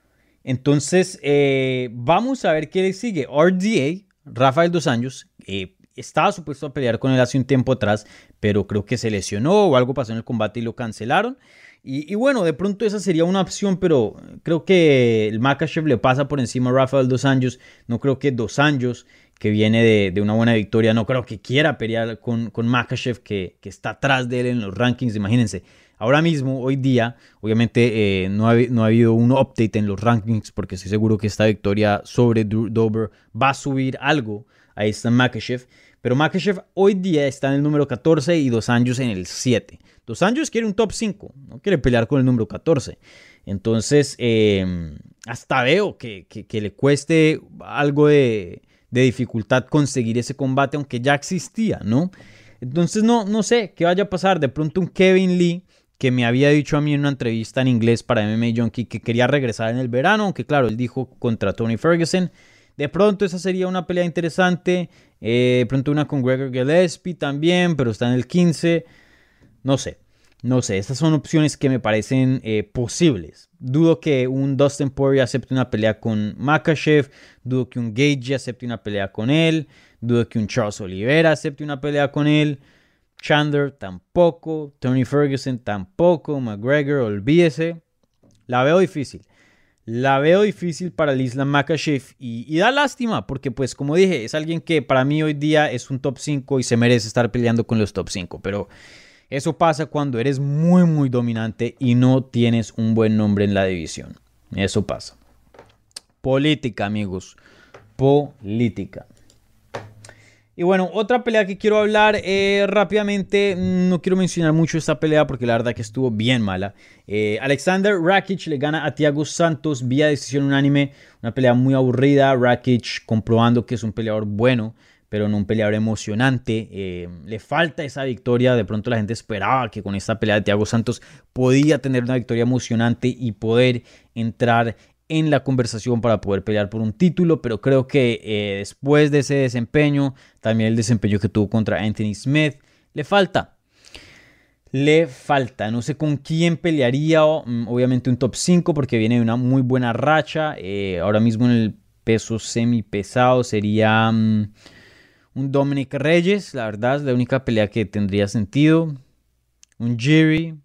[SPEAKER 4] Entonces, eh, vamos a ver qué le sigue. R D A, Rafael Dos Anjos, eh, estaba supuesto a pelear con él hace un tiempo atrás, pero creo que se lesionó o algo pasó en el combate y lo cancelaron. Y, y bueno, de pronto esa sería una opción, pero creo que el Makhachev le pasa por encima a Rafael Dos Anjos. No creo que Dos Anjos, que viene de, de una buena victoria, no creo que quiera pelear con, con Makhachev, que, que está atrás de él en los rankings. Imagínense, ahora mismo, hoy día, obviamente eh, no, ha, no ha habido un update en los rankings, porque estoy seguro que esta victoria sobre Drew Dober va a subir algo a esta Makhachev. Pero Makhachev hoy día está en el número catorce y Dos Anjos en el siete. Dos Anjos quiere un top cinco, no quiere pelear con el número catorce. Entonces, eh, hasta veo que, que, que le cueste algo de, de dificultad conseguir ese combate, aunque ya existía, ¿no? Entonces, no, no sé qué vaya a pasar. De pronto un Kevin Lee, que me había dicho a mí en una entrevista en inglés para M M A Junkie que quería regresar en el verano, aunque claro, él dijo contra Tony Ferguson. De pronto esa sería una pelea interesante. Eh, de pronto una con Gregor Gillespie también, pero está en el quince. No sé, no sé. Estas son opciones que me parecen eh, posibles. Dudo que un Dustin Poirier acepte una pelea con Makhachev. Dudo que un Gaethje acepte una pelea con él. Dudo que un Charles Oliveira acepte una pelea con él. Chandler tampoco. Tony Ferguson tampoco. McGregor, olvídese. La veo difícil. La veo difícil para el Islam Makhachev y, y da lástima porque, pues, como dije, es alguien que para mí hoy día es un top cinco y se merece estar peleando con los top cinco, pero eso pasa cuando eres muy, muy dominante y no tienes un buen nombre en la división. Eso pasa. Política, amigos. Política. Y bueno, otra pelea que quiero hablar eh, rápidamente, no quiero mencionar mucho esta pelea porque la verdad que estuvo bien mala. Eh, Alexander Rakic le gana a Thiago Santos vía decisión unánime, una pelea muy aburrida. Rakic comprobando que es un peleador bueno, pero no un peleador emocionante. Eh, le falta esa victoria. De pronto la gente esperaba que con esta pelea de Thiago Santos podía tener una victoria emocionante y poder entrar en la conversación para poder pelear por un título, pero creo que eh, después de ese desempeño, también el desempeño que tuvo contra Anthony Smith, le falta. Le falta, no sé con quién pelearía, obviamente un top cinco porque viene de una muy buena racha. Eh, ahora mismo en el peso semipesado sería um, un Dominic Reyes, la verdad es la única pelea que tendría sentido. Un Jiri.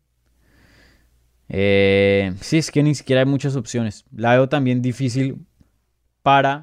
[SPEAKER 4] Eh, sí, es que ni siquiera hay muchas opciones. La veo también difícil para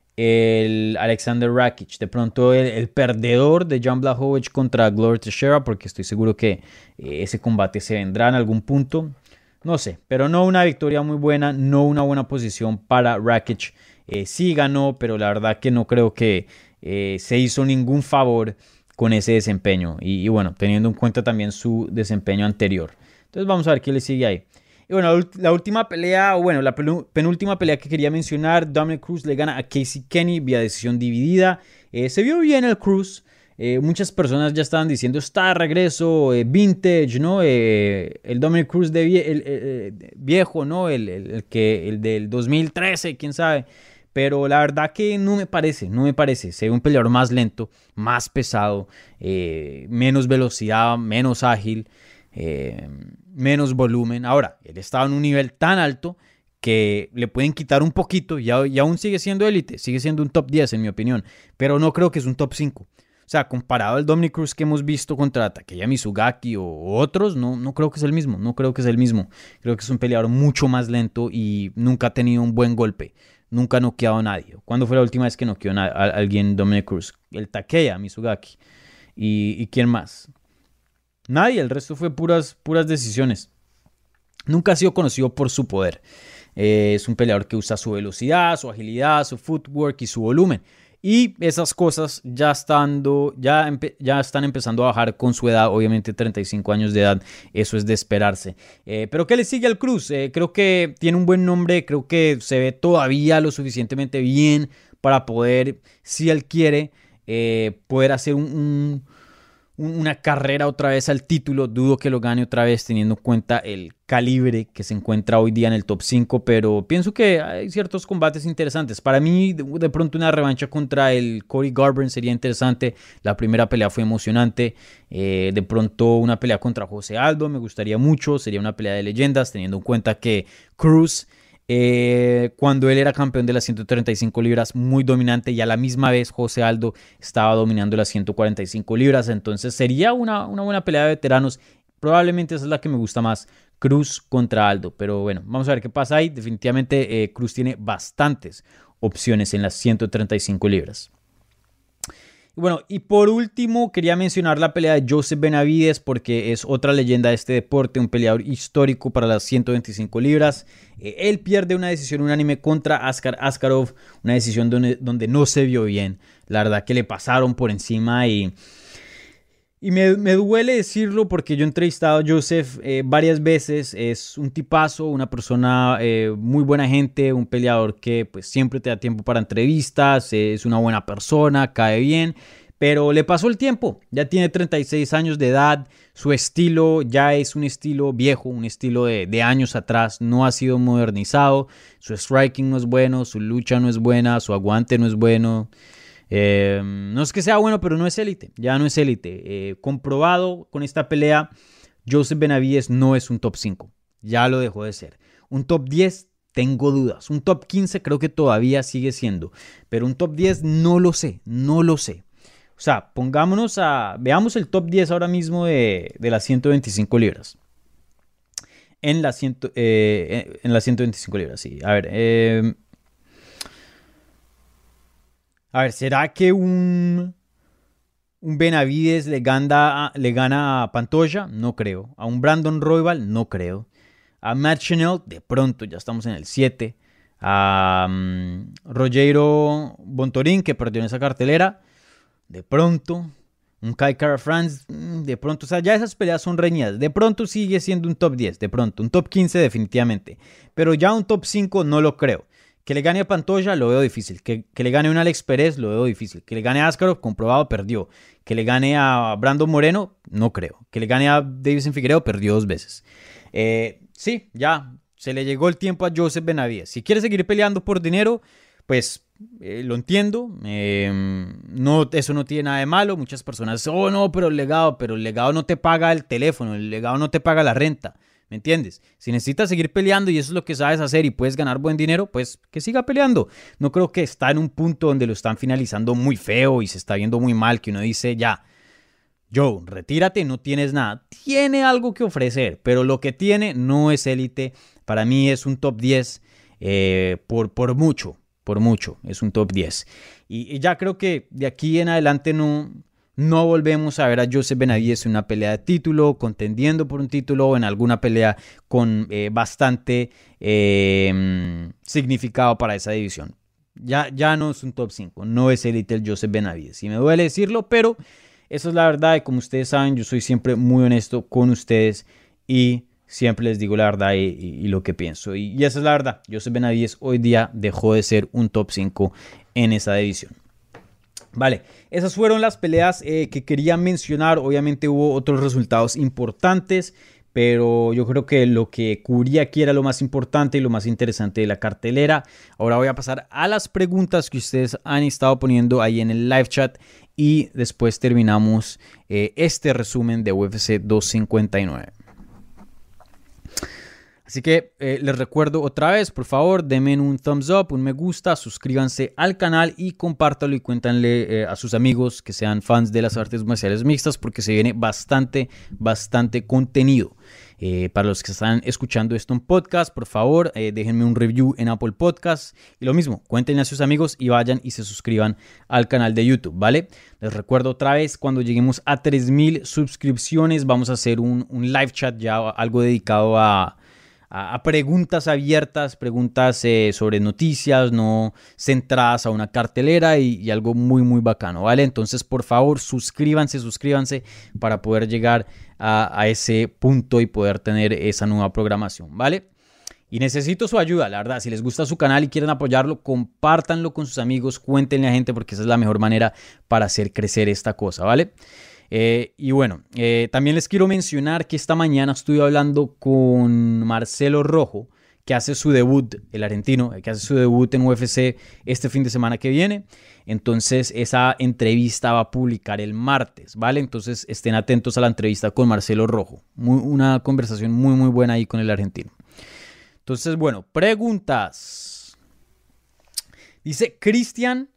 [SPEAKER 4] el Alexander Rakic. De pronto el, el perdedor de Jan Blachowicz contra Glover Teixeira, porque estoy seguro que eh, ese combate se vendrá en algún punto. No sé, pero no una victoria muy buena, no una buena posición para Rakic. Eh, sí ganó, pero la verdad que no creo que eh, se hizo ningún favor con ese desempeño. Y, y bueno, teniendo en cuenta también su desempeño anterior. Entonces vamos a ver qué le sigue ahí. Y bueno, la última pelea, o bueno, la penúltima pelea que quería mencionar, Dominick Cruz le gana a Casey Kenny vía decisión dividida. Eh, se vio bien el Cruz. Eh, muchas personas ya estaban diciendo, está de regreso, eh, vintage, ¿no? Eh, el Dominick Cruz de vie el, el, el viejo, ¿no? El, el, el, que, el del dos mil trece, quién sabe. Pero la verdad que no me parece, no me parece. Se ve un peleador más lento, más pesado, eh, menos velocidad, menos ágil. Eh, menos volumen. Ahora, él estaba en un nivel tan alto que le pueden quitar un poquito y, y aún sigue siendo élite, sigue siendo un top diez en mi opinión, pero no creo que es un top cinco. O sea, comparado al Dominick Cruz que hemos visto contra Takeya Mizugaki o, o otros, no, no creo que es el mismo, no creo que es el mismo. Creo que es un peleador mucho más lento y nunca ha tenido un buen golpe, nunca ha noqueado a nadie. ¿Cuándo fue la última vez que noqueó a, a alguien Dominick Cruz? El Takeya Mizugaki. ¿Y, y quién más? Nadie, el resto fue puras, puras decisiones. Nunca ha sido conocido por su poder. Eh, es un peleador que usa su velocidad, su agilidad, su footwork y su volumen. Y esas cosas ya, estando, ya, empe- ya están empezando a bajar con su edad, obviamente treinta y cinco años de edad, eso es de esperarse. Eh, pero ¿qué le sigue al Cruz? Eh, creo que tiene un buen nombre, creo que se ve todavía lo suficientemente bien para poder, si él quiere, eh, poder hacer un... un una carrera otra vez al título. Dudo que lo gane otra vez teniendo en cuenta el calibre que se encuentra hoy día en el top cinco, pero pienso que hay ciertos combates interesantes. Para mí, de, de pronto una revancha contra el Cody Garbrandt sería interesante. La primera pelea fue emocionante. Eh, de pronto una pelea contra José Aldo me gustaría mucho. Sería una pelea de leyendas teniendo en cuenta que Cruz... Eh, cuando él era campeón de las ciento treinta y cinco libras, muy dominante, y a la misma vez José Aldo estaba dominando las ciento cuarenta y cinco libras, entonces sería una, una buena pelea de veteranos. Probablemente esa es la que me gusta más, Cruz contra Aldo, pero bueno, vamos a ver qué pasa ahí. Definitivamente eh, Cruz tiene bastantes opciones en las ciento treinta y cinco libras. Bueno, y por último quería mencionar la pelea de Joseph Benavidez porque es otra leyenda de este deporte, un peleador histórico para las ciento veinticinco libras. Eh, él pierde una decisión unánime contra Askar Askarov, una decisión donde, donde no se vio bien. La verdad que le pasaron por encima y... Y me, me duele decirlo porque yo he entrevistado a Joseph eh, varias veces. Es un tipazo, una persona eh, muy buena gente, un peleador que pues siempre te da tiempo para entrevistas, eh, es una buena persona, cae bien, pero le pasó el tiempo. Ya tiene treinta y seis años de edad, su estilo ya es un estilo viejo, un estilo de, de años atrás, no ha sido modernizado, su striking no es bueno, su lucha no es buena, su aguante no es bueno. Eh, no es que sea bueno, pero no es élite, ya no es élite. Eh, comprobado con esta pelea, Joseph Benavidez no es un top cinco, ya lo dejó de ser. Un top diez, tengo dudas. Un top quince creo que todavía sigue siendo, pero un top diez no lo sé, no lo sé. O sea, pongámonos a, veamos el top diez ahora mismo de, de las ciento veinticinco libras. En las, ciento, eh, en las ciento veinticinco libras, sí. A ver, eh... A ver, ¿será que un, un Benavidez le gana, le gana a Pantoja? No creo. ¿A un Brandon Royval? No creo. A Matt Chanel, de pronto, ya estamos en el siete. A um, Rogero Bontorín, que perdió en esa cartelera, de pronto. Un Kai Kara France, de pronto. O sea, ya esas peleas son reñidas. De pronto sigue siendo un top diez, de pronto. Un top quince definitivamente. Pero ya un top cinco no lo creo. Que le gane a Pantoja lo veo difícil. Que, que le gane a un Alex Pérez lo veo difícil. Que le gane a Askarov, comprobado, perdió. Que le gane a Brandon Moreno, no creo. Que le gane a Davison Figueiredo, perdió dos veces. Eh, sí, ya se le llegó el tiempo a Joseph Benavidez. Si quiere seguir peleando por dinero, pues eh, lo entiendo. Eh, no, eso no tiene nada de malo. Muchas personas, oh no, pero el legado, pero el legado no te paga el teléfono, el legado no te paga la renta. ¿Me entiendes? Si necesitas seguir peleando y eso es lo que sabes hacer y puedes ganar buen dinero, pues que siga peleando. No creo que está en un punto donde lo están finalizando muy feo y se está viendo muy mal, que uno dice, ya, Joe, retírate, no tienes nada. Tiene algo que ofrecer, pero lo que tiene no es élite. Para mí es un top diez eh, por, por mucho, por mucho, es un top diez. Y, y ya creo que de aquí en adelante no... No volvemos a ver a Joseph Benavidez en una pelea de título, contendiendo por un título o en alguna pelea con eh, bastante eh, significado para esa división. Ya, ya no es un top cinco, no es élite el Joseph Benavidez. Y me duele decirlo, pero eso es la verdad. Y como ustedes saben, yo soy siempre muy honesto con ustedes y siempre les digo la verdad y, y, y lo que pienso. Y, y esa es la verdad. Joseph Benavidez hoy día dejó de ser un top cinco en esa división. Vale, esas fueron las peleas eh, que quería mencionar. Obviamente hubo otros resultados importantes, pero yo creo que lo que cubría aquí era lo más importante y lo más interesante de la cartelera. Ahora voy a pasar a las preguntas que ustedes han estado poniendo ahí en el live chat y después terminamos eh, este resumen de U F C doscientos cincuenta y nueve. Así que eh, les recuerdo otra vez, por favor, denme un thumbs up, un me gusta, suscríbanse al canal y compártanlo y cuéntanle eh, a sus amigos que sean fans de las artes marciales mixtas porque se viene bastante, bastante contenido. Eh, para los que están escuchando esto en podcast, por favor, eh, déjenme un review en Apple Podcasts. Y lo mismo, cuéntenle a sus amigos y vayan y se suscriban al canal de YouTube, ¿vale? Les recuerdo otra vez, cuando lleguemos a tres mil suscripciones, vamos a hacer un, un live chat ya, algo dedicado a... a preguntas abiertas, preguntas eh, sobre noticias, no centradas a una cartelera y, y algo muy muy bacano, ¿vale? Entonces, por favor, suscríbanse, suscríbanse para poder llegar a, a ese punto y poder tener esa nueva programación, ¿vale? Y necesito su ayuda, la verdad. Si les gusta su canal y quieren apoyarlo, compártanlo con sus amigos, cuéntenle a gente porque esa es la mejor manera para hacer crecer esta cosa, ¿vale? Eh, y bueno, eh, también les quiero mencionar que esta mañana estuve hablando con Marcelo Rojo, que hace su debut, el argentino, que hace su debut en U F C este fin de semana que viene. Entonces esa entrevista va a publicar el martes, ¿vale? Entonces estén atentos a la entrevista con Marcelo Rojo. Muy, una conversación muy muy buena ahí con el argentino. Entonces, bueno, preguntas. Dice Cristian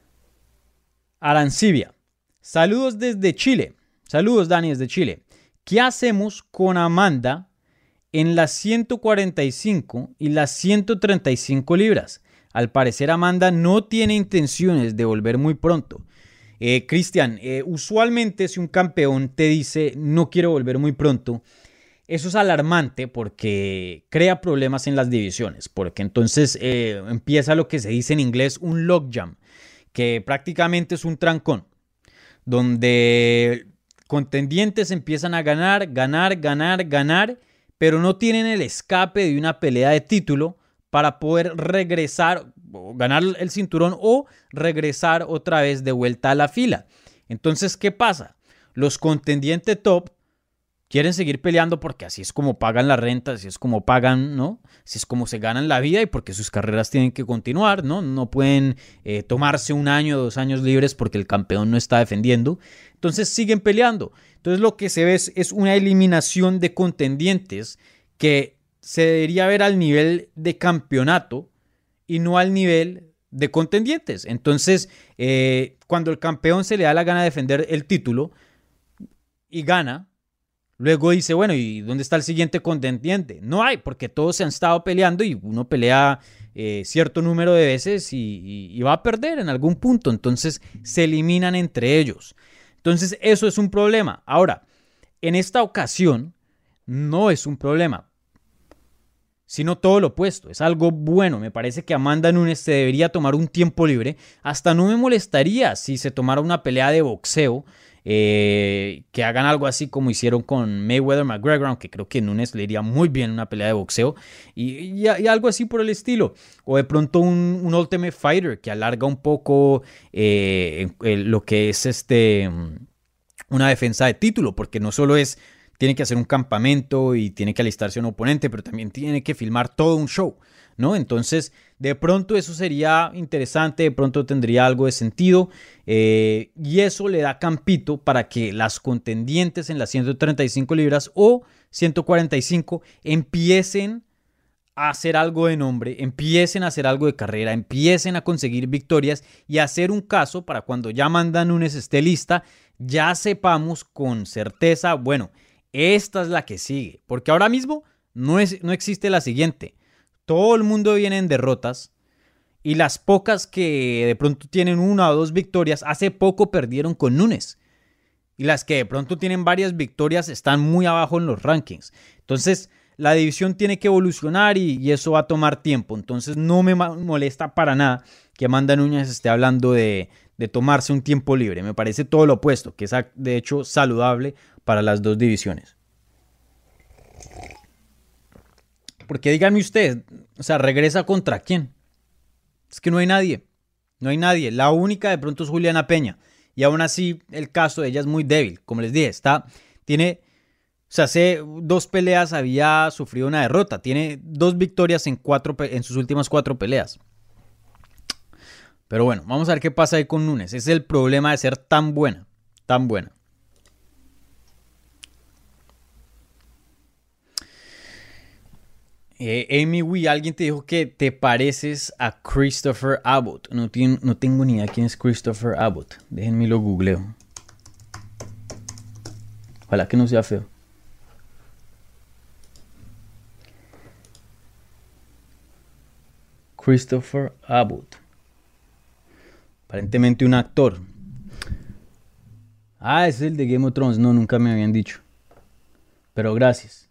[SPEAKER 4] Arancibia. Saludos desde Chile. Saludos, Dani, desde Chile. ¿Qué hacemos con Amanda en las ciento cuarenta y cinco y las ciento treinta y cinco libras? Al parecer, Amanda no tiene intenciones de volver muy pronto. Eh, Cristian, eh, usualmente si un campeón te dice no quiero volver muy pronto, eso es alarmante porque crea problemas en las divisiones. Porque entonces eh, empieza lo que se dice en inglés un logjam, que prácticamente es un trancón, donde contendientes empiezan a ganar, ganar, ganar, ganar, pero no tienen el escape de una pelea de título para poder regresar, o ganar el cinturón o regresar otra vez de vuelta a la fila. Entonces, ¿qué pasa? Los contendientes top quieren seguir peleando porque así es como pagan la renta, así es como pagan, ¿no? Así es como se ganan la vida y porque sus carreras tienen que continuar, ¿no? No pueden eh, tomarse un año o dos años libres porque el campeón no está defendiendo. Entonces siguen peleando. Entonces lo que se ve es, es una eliminación de contendientes que se debería ver al nivel de campeonato y no al nivel de contendientes. Entonces, eh, cuando el campeón se le da la gana de defender el título y gana, luego dice, bueno, ¿y dónde está el siguiente contendiente? No hay, porque todos se han estado peleando y uno pelea eh, cierto número de veces y, y, y va a perder en algún punto. Entonces se eliminan entre ellos. Entonces eso es un problema. Ahora, en esta ocasión no es un problema, sino todo lo opuesto. Es algo bueno. Me parece que Amanda Nunes se debería tomar un tiempo libre. Hasta no me molestaría si se tomara una pelea de boxeo Eh, que hagan algo así como hicieron con Mayweather-McGregor, aunque creo que Nunes le iría muy bien una pelea de boxeo, y, y, y algo así por el estilo. O de pronto un, un Ultimate Fighter que alarga un poco eh, lo que es este una defensa de título, porque no solo es, tiene que hacer un campamento y tiene que alistarse a un oponente, pero también tiene que filmar todo un show, ¿no? Entonces, de pronto eso sería interesante, de pronto tendría algo de sentido, eh, y eso le da campito para que las contendientes en las ciento treinta y cinco libras o ciento cuarenta y cinco empiecen a hacer algo de nombre, empiecen a hacer algo de carrera, empiecen a conseguir victorias y hacer un caso para cuando ya Amanda Nunes esté lista, ya sepamos con certeza, bueno, esta es la que sigue, porque ahora mismo no, es, no existe la siguiente. Todo el mundo viene en derrotas y las pocas que de pronto tienen una o dos victorias, hace poco perdieron con Nunes. Y las que de pronto tienen varias victorias están muy abajo en los rankings. Entonces, la división tiene que evolucionar y, y eso va a tomar tiempo. Entonces, no me molesta para nada que Amanda Nunes esté hablando de, de tomarse un tiempo libre. Me parece todo lo opuesto, que es de hecho saludable para las dos divisiones. Porque díganme ustedes, o sea, ¿regresa contra quién? Es que no hay nadie, no hay nadie. La única de pronto es Juliana Peña. Y aún así, el caso de ella es muy débil. Como les dije, está, tiene, o sea, hace dos peleas había sufrido una derrota. Tiene dos victorias en, cuatro, en sus últimas cuatro peleas. Pero bueno, vamos a ver qué pasa ahí con Nunes. Ese es el problema de ser tan buena, tan buena. Eh, Amy Wee, alguien te dijo que te pareces a Christopher Abbott. No, tiene, no tengo ni idea quién es Christopher Abbott. Déjenme lo googleo. Ojalá que no sea feo. Christopher Abbott. Aparentemente un actor. Ah, es el de Game of Thrones. No, nunca me habían dicho. Pero gracias.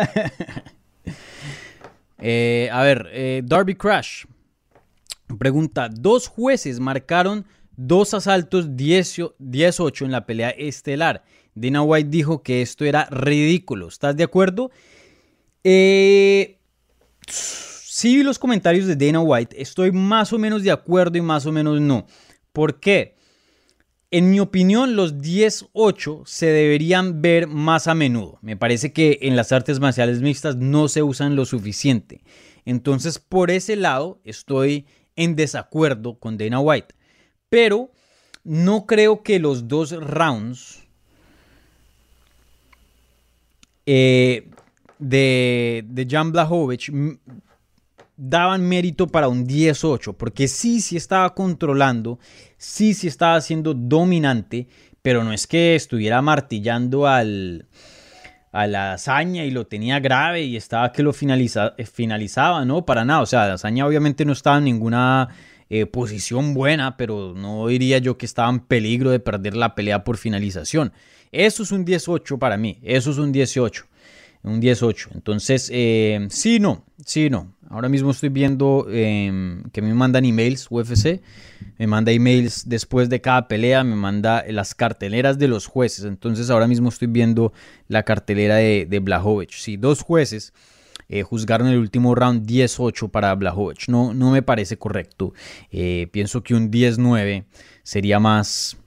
[SPEAKER 4] Eh, a ver, eh, Darby Crash pregunta, dos jueces marcaron dos asaltos diez ocho en la pelea estelar. Dana White dijo que esto era ridículo. ¿Estás de acuerdo? Eh, sí vi los comentarios de Dana White. Estoy más o menos de acuerdo y más o menos no. ¿Por qué? En mi opinión, los diez ocho se deberían ver más a menudo. Me parece que en las artes marciales mixtas no se usan lo suficiente. Entonces, por ese lado, estoy en desacuerdo con Dana White. Pero no creo que los dos rounds eh, de, de Jan Blachowicz daban mérito para un diez ocho, porque sí, sí estaba controlando, sí, sí estaba siendo dominante, pero no es que estuviera martillando al, a la hazaña y lo tenía grave y estaba que lo finaliza, finalizaba, no, para nada. O sea, la hazaña obviamente no estaba en ninguna eh, posición buena, pero no diría yo que estaba en peligro de perder la pelea por finalización. Eso es un diez ocho para mí, eso es un dieciocho. Un diez ocho. Entonces, eh, sí, no, sí, no. Ahora mismo estoy viendo eh, que me mandan emails U F C. Me manda emails después de cada pelea. Me manda las carteleras de los jueces. Entonces, ahora mismo estoy viendo la cartelera de, de Blachowicz. Sí, dos jueces eh, juzgaron el último round diez ocho para Blachowicz. No, no me parece correcto. Eh, pienso que un diez nueve sería más,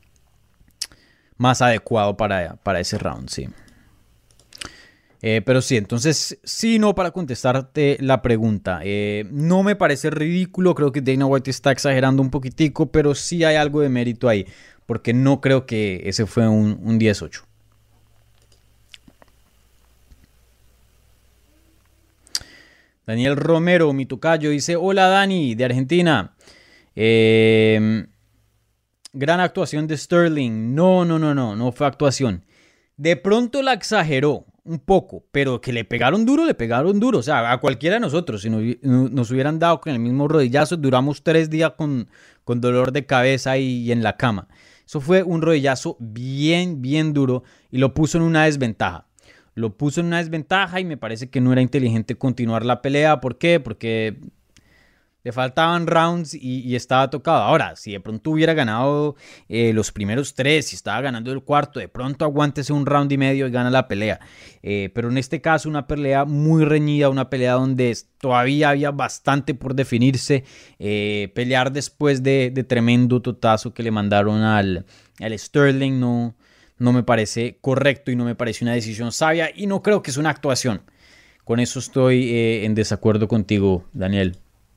[SPEAKER 4] más adecuado para, para ese round, sí. Eh, pero sí, entonces, sí, no, para contestarte la pregunta. Eh, no me parece ridículo, creo que Dana White está exagerando un poquitico, pero sí hay algo de mérito ahí, porque no creo que ese fue un, un diez ocho. Daniel Romero, mi tocayo, dice, hola Dani, de Argentina. Eh, gran actuación de Sterling. No, no, no, no, no fue actuación. De pronto la exageró un poco, pero que le pegaron duro, le pegaron duro. O sea, a cualquiera de nosotros, si nos hubieran dado con el mismo rodillazo, duramos tres días con, con dolor de cabeza y, y en la cama. Eso fue un rodillazo bien, bien duro y lo puso en una desventaja. Lo puso en una desventaja y me parece que no era inteligente continuar la pelea. ¿Por qué? Porque le faltaban rounds y, y estaba tocado. Ahora, si de pronto hubiera ganado eh, los primeros tres, si estaba ganando el cuarto, de pronto aguántese un round y medio y gana la pelea. Eh, pero en este caso, una pelea muy reñida, una pelea donde todavía había bastante por definirse. Eh, pelear después de, de tremendo totazo que le mandaron al, al Sterling no, no me parece correcto y no me parece una decisión sabia y no creo que es una actuación. Con eso estoy eh, en desacuerdo contigo, Daniel.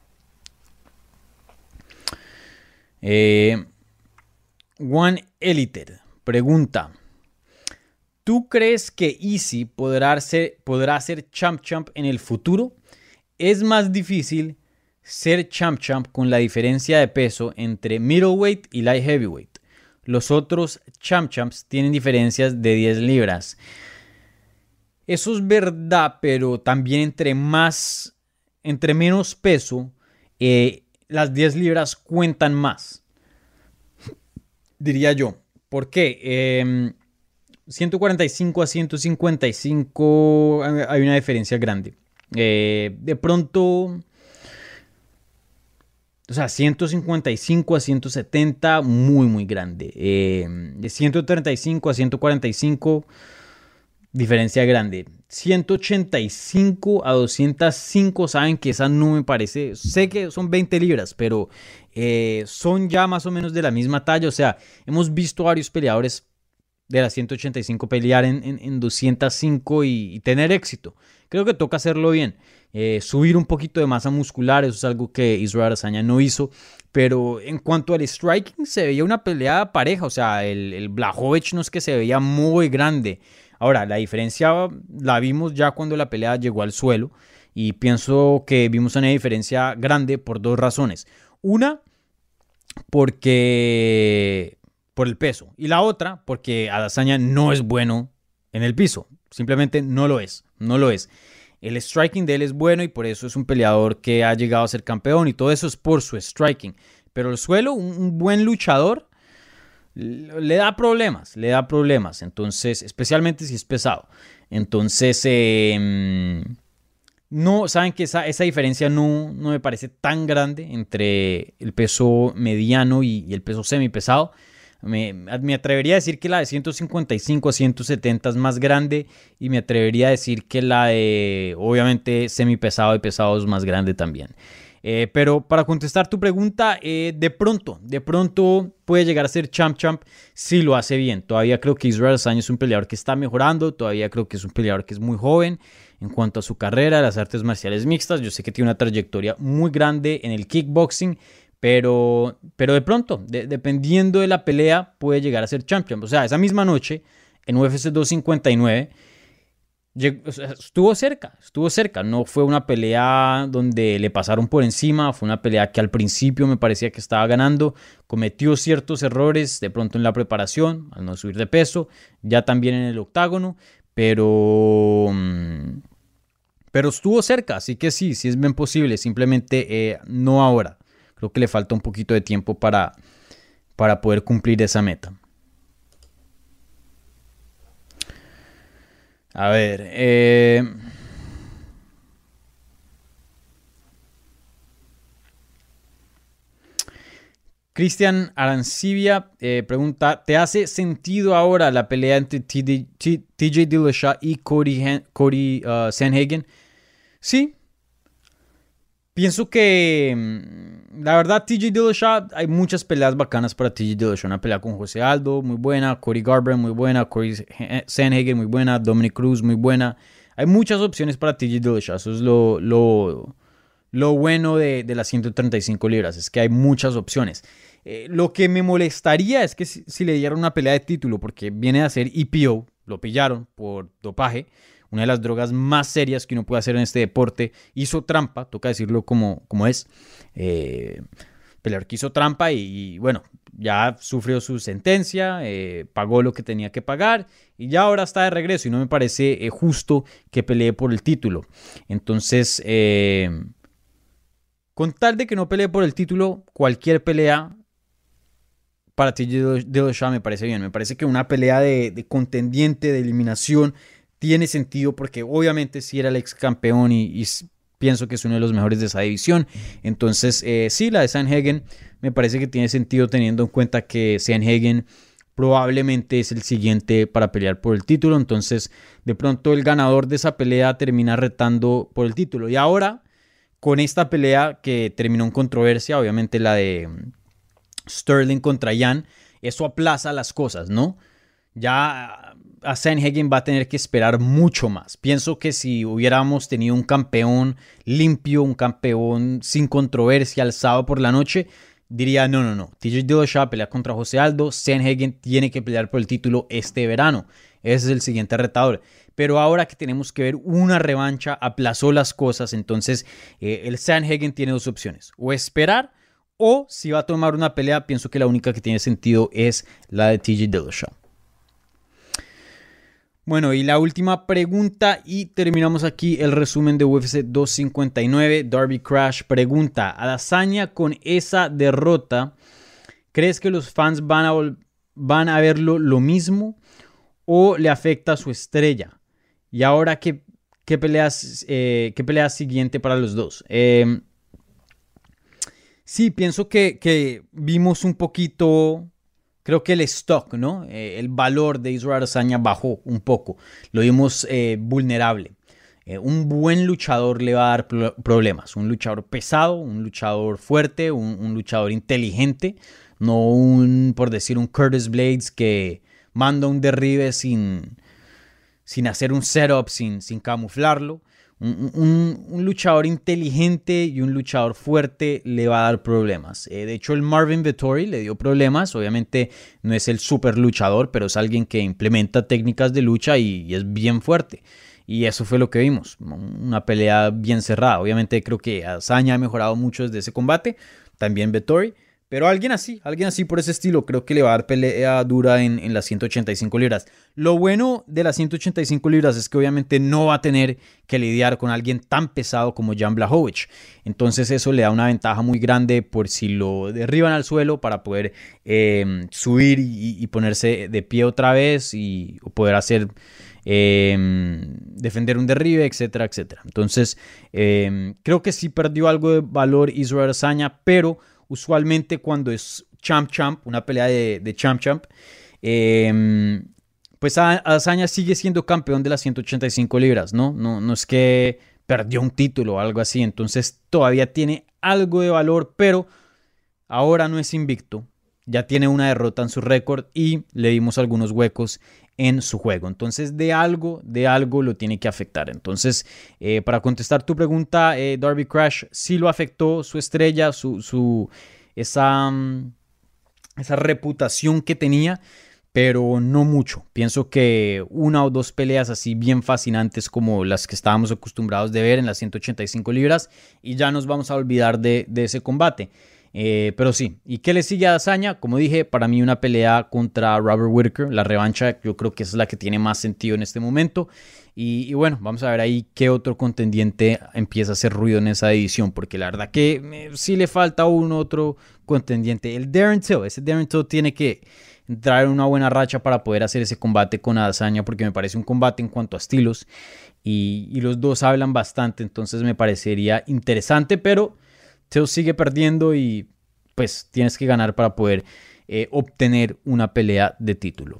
[SPEAKER 4] Eh, One Eliter pregunta: ¿tú crees que Izzy podrá ser, podrá ser champ champ en el futuro? ¿Es más difícil ser champ champ con la diferencia de peso entre middleweight y light heavyweight? Los otros champ champs tienen diferencias de diez libras. Eso es verdad, pero también entre más, entre menos peso, eh, las diez libras cuentan más, diría yo. ¿Por qué? Eh, ciento cuarenta y cinco a ciento cincuenta y cinco hay una diferencia grande. Eh, de pronto, o sea, ciento cincuenta y cinco a ciento setenta, muy, muy grande. Eh, de ciento treinta y cinco a ciento cuarenta y cinco, diferencia grande. ciento ochenta y cinco a doscientos cinco, saben que esa no me parece, sé que son veinte libras, pero eh, son ya más o menos de la misma talla. O sea, hemos visto varios peleadores de las ciento ochenta y cinco pelear en, en, en doscientos cinco y, y tener éxito. Creo que toca hacerlo bien, eh, subir un poquito de masa muscular. Eso es algo que Israel Adesanya no hizo. Pero en cuanto al striking, se veía una pelea pareja. O sea, el, el Blachowicz no es que se veía muy grande. Ahora, la diferencia la vimos ya cuando la pelea llegó al suelo y pienso que vimos una diferencia grande por dos razones. Una, porque por el peso, y la otra, porque Adesanya no es bueno en el piso. Simplemente no lo es, no lo es. El striking de él es bueno y por eso es un peleador que ha llegado a ser campeón y todo eso es por su striking. Pero el suelo, un, un buen luchador, le da problemas, le da problemas, entonces, especialmente si es pesado. Entonces, eh, no, saben que esa, esa diferencia no, no me parece tan grande entre el peso mediano y, y el peso semipesado. Me, me atrevería a decir que la de ciento cincuenta y cinco a ciento setenta es más grande y me atrevería a decir que la de, obviamente, semipesado y pesado es más grande también. Eh, pero para contestar tu pregunta, eh, de pronto, de pronto puede llegar a ser champ champ si lo hace bien. Todavía creo que Israel Adesanya es un peleador que está mejorando, todavía creo que es un peleador que es muy joven en cuanto a su carrera, las artes marciales mixtas. Yo sé que tiene una trayectoria muy grande en el kickboxing, pero, pero de pronto, de, dependiendo de la pelea, puede llegar a ser champ champ. O sea, esa misma noche en U F C doscientos cincuenta y nueve... Llegó, o sea, estuvo cerca, estuvo cerca, no fue una pelea donde le pasaron por encima, fue una pelea que al principio me parecía que estaba ganando, cometió ciertos errores de pronto en la preparación, al no subir de peso, ya también en el octágono, pero, pero estuvo cerca, así que sí, sí es bien posible, simplemente eh, no ahora, creo que le falta un poquito de tiempo para, para poder cumplir esa meta. A ver, eh... Cristian Arancibia eh, pregunta: ¿te hace sentido ahora la pelea entre T J Dillashaw y Cody, Cody uh, Sandhagen? Sí. Pienso que, la verdad, T J Dillashaw, hay muchas peleas bacanas para T J Dillashaw. Una pelea con José Aldo, muy buena. Cody Garbrandt, muy buena. Cody Sandhagen, muy buena. Dominic Cruz, muy buena. Hay muchas opciones para T J Dillashaw. Eso es lo, lo, lo bueno de, de las ciento treinta y cinco libras. Es que hay muchas opciones. Eh, lo que me molestaría es que si, si le dieran una pelea de título, porque viene a ser E P O, lo pillaron por dopaje. Una de las drogas más serias que uno puede hacer en este deporte. Hizo trampa, toca decirlo como, como es. Eh, peleador que hizo trampa y, y bueno, ya sufrió su sentencia, eh, pagó lo que tenía que pagar y ya ahora está de regreso y no me parece eh, justo que pelee por el título. Entonces, eh, con tal de que no pelee por el título, cualquier pelea para T J Dillashaw me parece bien. Me parece que una pelea de, de contendiente, de eliminación, tiene sentido porque obviamente si era el ex campeón y, y pienso que es uno de los mejores de esa división. Entonces, eh, sí, la de Sandhagen me parece que tiene sentido teniendo en cuenta que Sandhagen probablemente es el siguiente para pelear por el título. Entonces, de pronto el ganador de esa pelea termina retando por el título. Y ahora, con esta pelea que terminó en controversia, obviamente la de Sterling contra Yan, eso aplaza las cosas, ¿no? Ya a Sandhagen va a tener que esperar mucho más. Pienso que si hubiéramos tenido un campeón limpio, un campeón sin controversia el sábado por la noche, diría no, no, no. T J Dillashaw pelea contra José Aldo. Sandhagen tiene que pelear por el título este verano. Ese es el siguiente retador. Pero ahora que tenemos que ver una revancha, aplazó las cosas. Entonces eh, el Sandhagen tiene dos opciones. O esperar, o si va a tomar una pelea, pienso que la única que tiene sentido es la de T J Dillashaw. Bueno, y la última pregunta y terminamos aquí el resumen de U F C doscientos cincuenta y nueve. Darby Crash pregunta: Adesanya con esa derrota, ¿crees que los fans van a, van a verlo lo mismo o le afecta a su estrella? Y ahora, ¿qué, qué, peleas, eh, qué pelea siguiente para los dos? Eh, sí, pienso que, que vimos un poquito... Creo que el stock, ¿no? Eh, el valor de Israel Adesanya bajó un poco. Lo vimos eh, vulnerable. Eh, un buen luchador le va a dar pro- problemas. Un luchador pesado, un luchador fuerte, un, un luchador inteligente. No un, por decir, un Curtis Blades que manda un derribe sin, sin hacer un setup, sin, sin camuflarlo. Un, un, un luchador inteligente y un luchador fuerte le va a dar problemas. Eh, de hecho, el Marvin Vettori le dio problemas. Obviamente no es el super luchador, pero es alguien que implementa técnicas de lucha y, y es bien fuerte. Y eso fue lo que vimos. Una pelea bien cerrada. Obviamente creo que Adesanya ha mejorado mucho desde ese combate. También Vettori. Pero alguien así, alguien así por ese estilo, creo que le va a dar pelea dura en, en las ciento ochenta y cinco libras. Lo bueno de las ciento ochenta y cinco libras es que obviamente no va a tener que lidiar con alguien tan pesado como Jan Blachowicz. Entonces eso le da una ventaja muy grande por si lo derriban al suelo para poder eh, subir y, y ponerse de pie otra vez y poder hacer... Eh, defender un derribe, etcétera, etcétera. Entonces eh, creo que sí perdió algo de valor Israel Adesanya, pero usualmente cuando es champ champ, una pelea de, de champ champ, eh, pues Adesanya sigue siendo campeón de las ciento ochenta y cinco libras, ¿no? No, no es que perdió un título o algo así, entonces todavía tiene algo de valor, pero ahora no es invicto, ya tiene una derrota en su récord y le dimos algunos huecos en su juego. Entonces de algo, de algo lo tiene que afectar. Entonces eh, para contestar tu pregunta, eh, Darby Crash sí lo afectó su estrella, su, su esa, esa reputación que tenía, pero no mucho. Pienso que una o dos peleas así bien fascinantes como las que estábamos acostumbrados de ver en las ciento ochenta y cinco libras y ya nos vamos a olvidar de, de ese combate. Eh, pero sí, ¿y qué le sigue a Adesanya? Como dije, para mí una pelea contra Robert Whittaker, la revancha, yo creo que esa es la que tiene más sentido en este momento. Y, y bueno, vamos a ver ahí qué otro contendiente empieza a hacer ruido en esa división, porque la verdad que eh, sí le falta un otro contendiente. El Darren Till, ese Darren Till tiene que entrar en una buena racha para poder hacer ese combate con Adesanya, porque me parece un combate en cuanto a estilos y, y los dos hablan bastante, entonces me parecería interesante, pero Till sigue perdiendo y pues tienes que ganar para poder eh, obtener una pelea de título.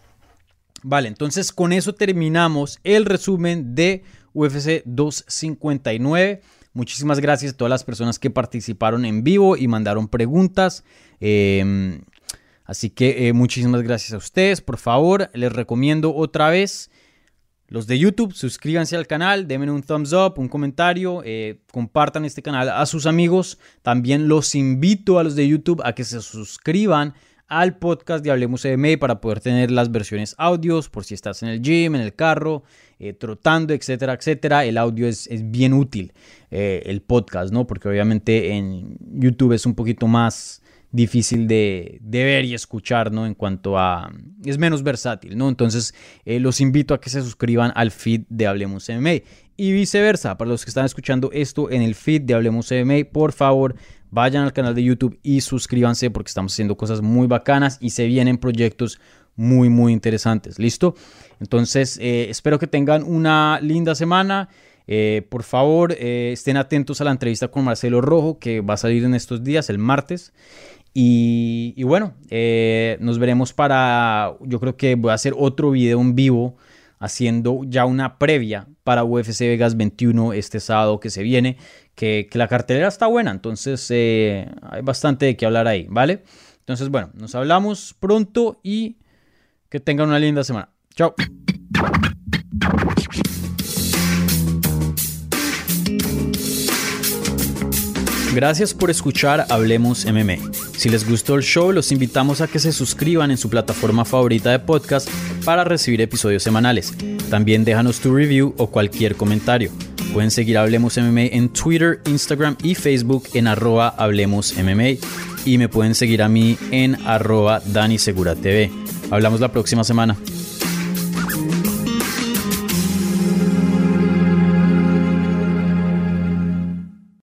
[SPEAKER 4] Vale, entonces con eso terminamos el resumen de U F C doscientos cincuenta y nueve. Muchísimas gracias a todas las personas que participaron en vivo y mandaron preguntas. Eh, así que eh, muchísimas gracias a ustedes. Por favor, les recomiendo otra vez... Los de YouTube, suscríbanse al canal, denme un thumbs up, un comentario, eh, compartan este canal a sus amigos. También los invito a los de YouTube a que se suscriban al podcast de Hablemos M M A para poder tener las versiones audios por si estás en el gym, en el carro, eh, trotando, etcétera, etcétera. El audio es, es bien útil, eh, el podcast, ¿no? Porque obviamente en YouTube es un poquito más difícil de, de ver y escuchar, ¿no? En cuanto a... es menos versátil, ¿no? Entonces eh, los invito a que se suscriban al feed de Hablemos M M A y viceversa. Para los que están escuchando esto en el feed de Hablemos M M A, por favor vayan al canal de YouTube y suscríbanse porque estamos haciendo cosas muy bacanas y se vienen proyectos muy muy interesantes. ¿Listo? Entonces eh, espero que tengan una linda semana. Eh, por favor, eh, estén atentos a la entrevista con Marcelo Rojo, que va a salir en estos días, el martes. Y, y bueno, eh, nos veremos para, yo creo que voy a hacer otro video en vivo haciendo ya una previa para U F C Vegas veintiuno este sábado que se viene, que, que la cartelera está buena, entonces eh, hay bastante de qué hablar ahí, ¿vale? Entonces bueno, nos hablamos pronto y que tengan una linda semana. Chao. Gracias por escuchar Hablemos M M A. Si les gustó el show, los invitamos a que se suscriban en su plataforma favorita de podcast para recibir episodios semanales. También déjanos tu review o cualquier comentario. Pueden seguir Hablemos M M A en Twitter, Instagram y Facebook en arroba Hablemos M M A. Y me pueden seguir a mí en arroba Dani Segura T V. Hablamos la próxima semana.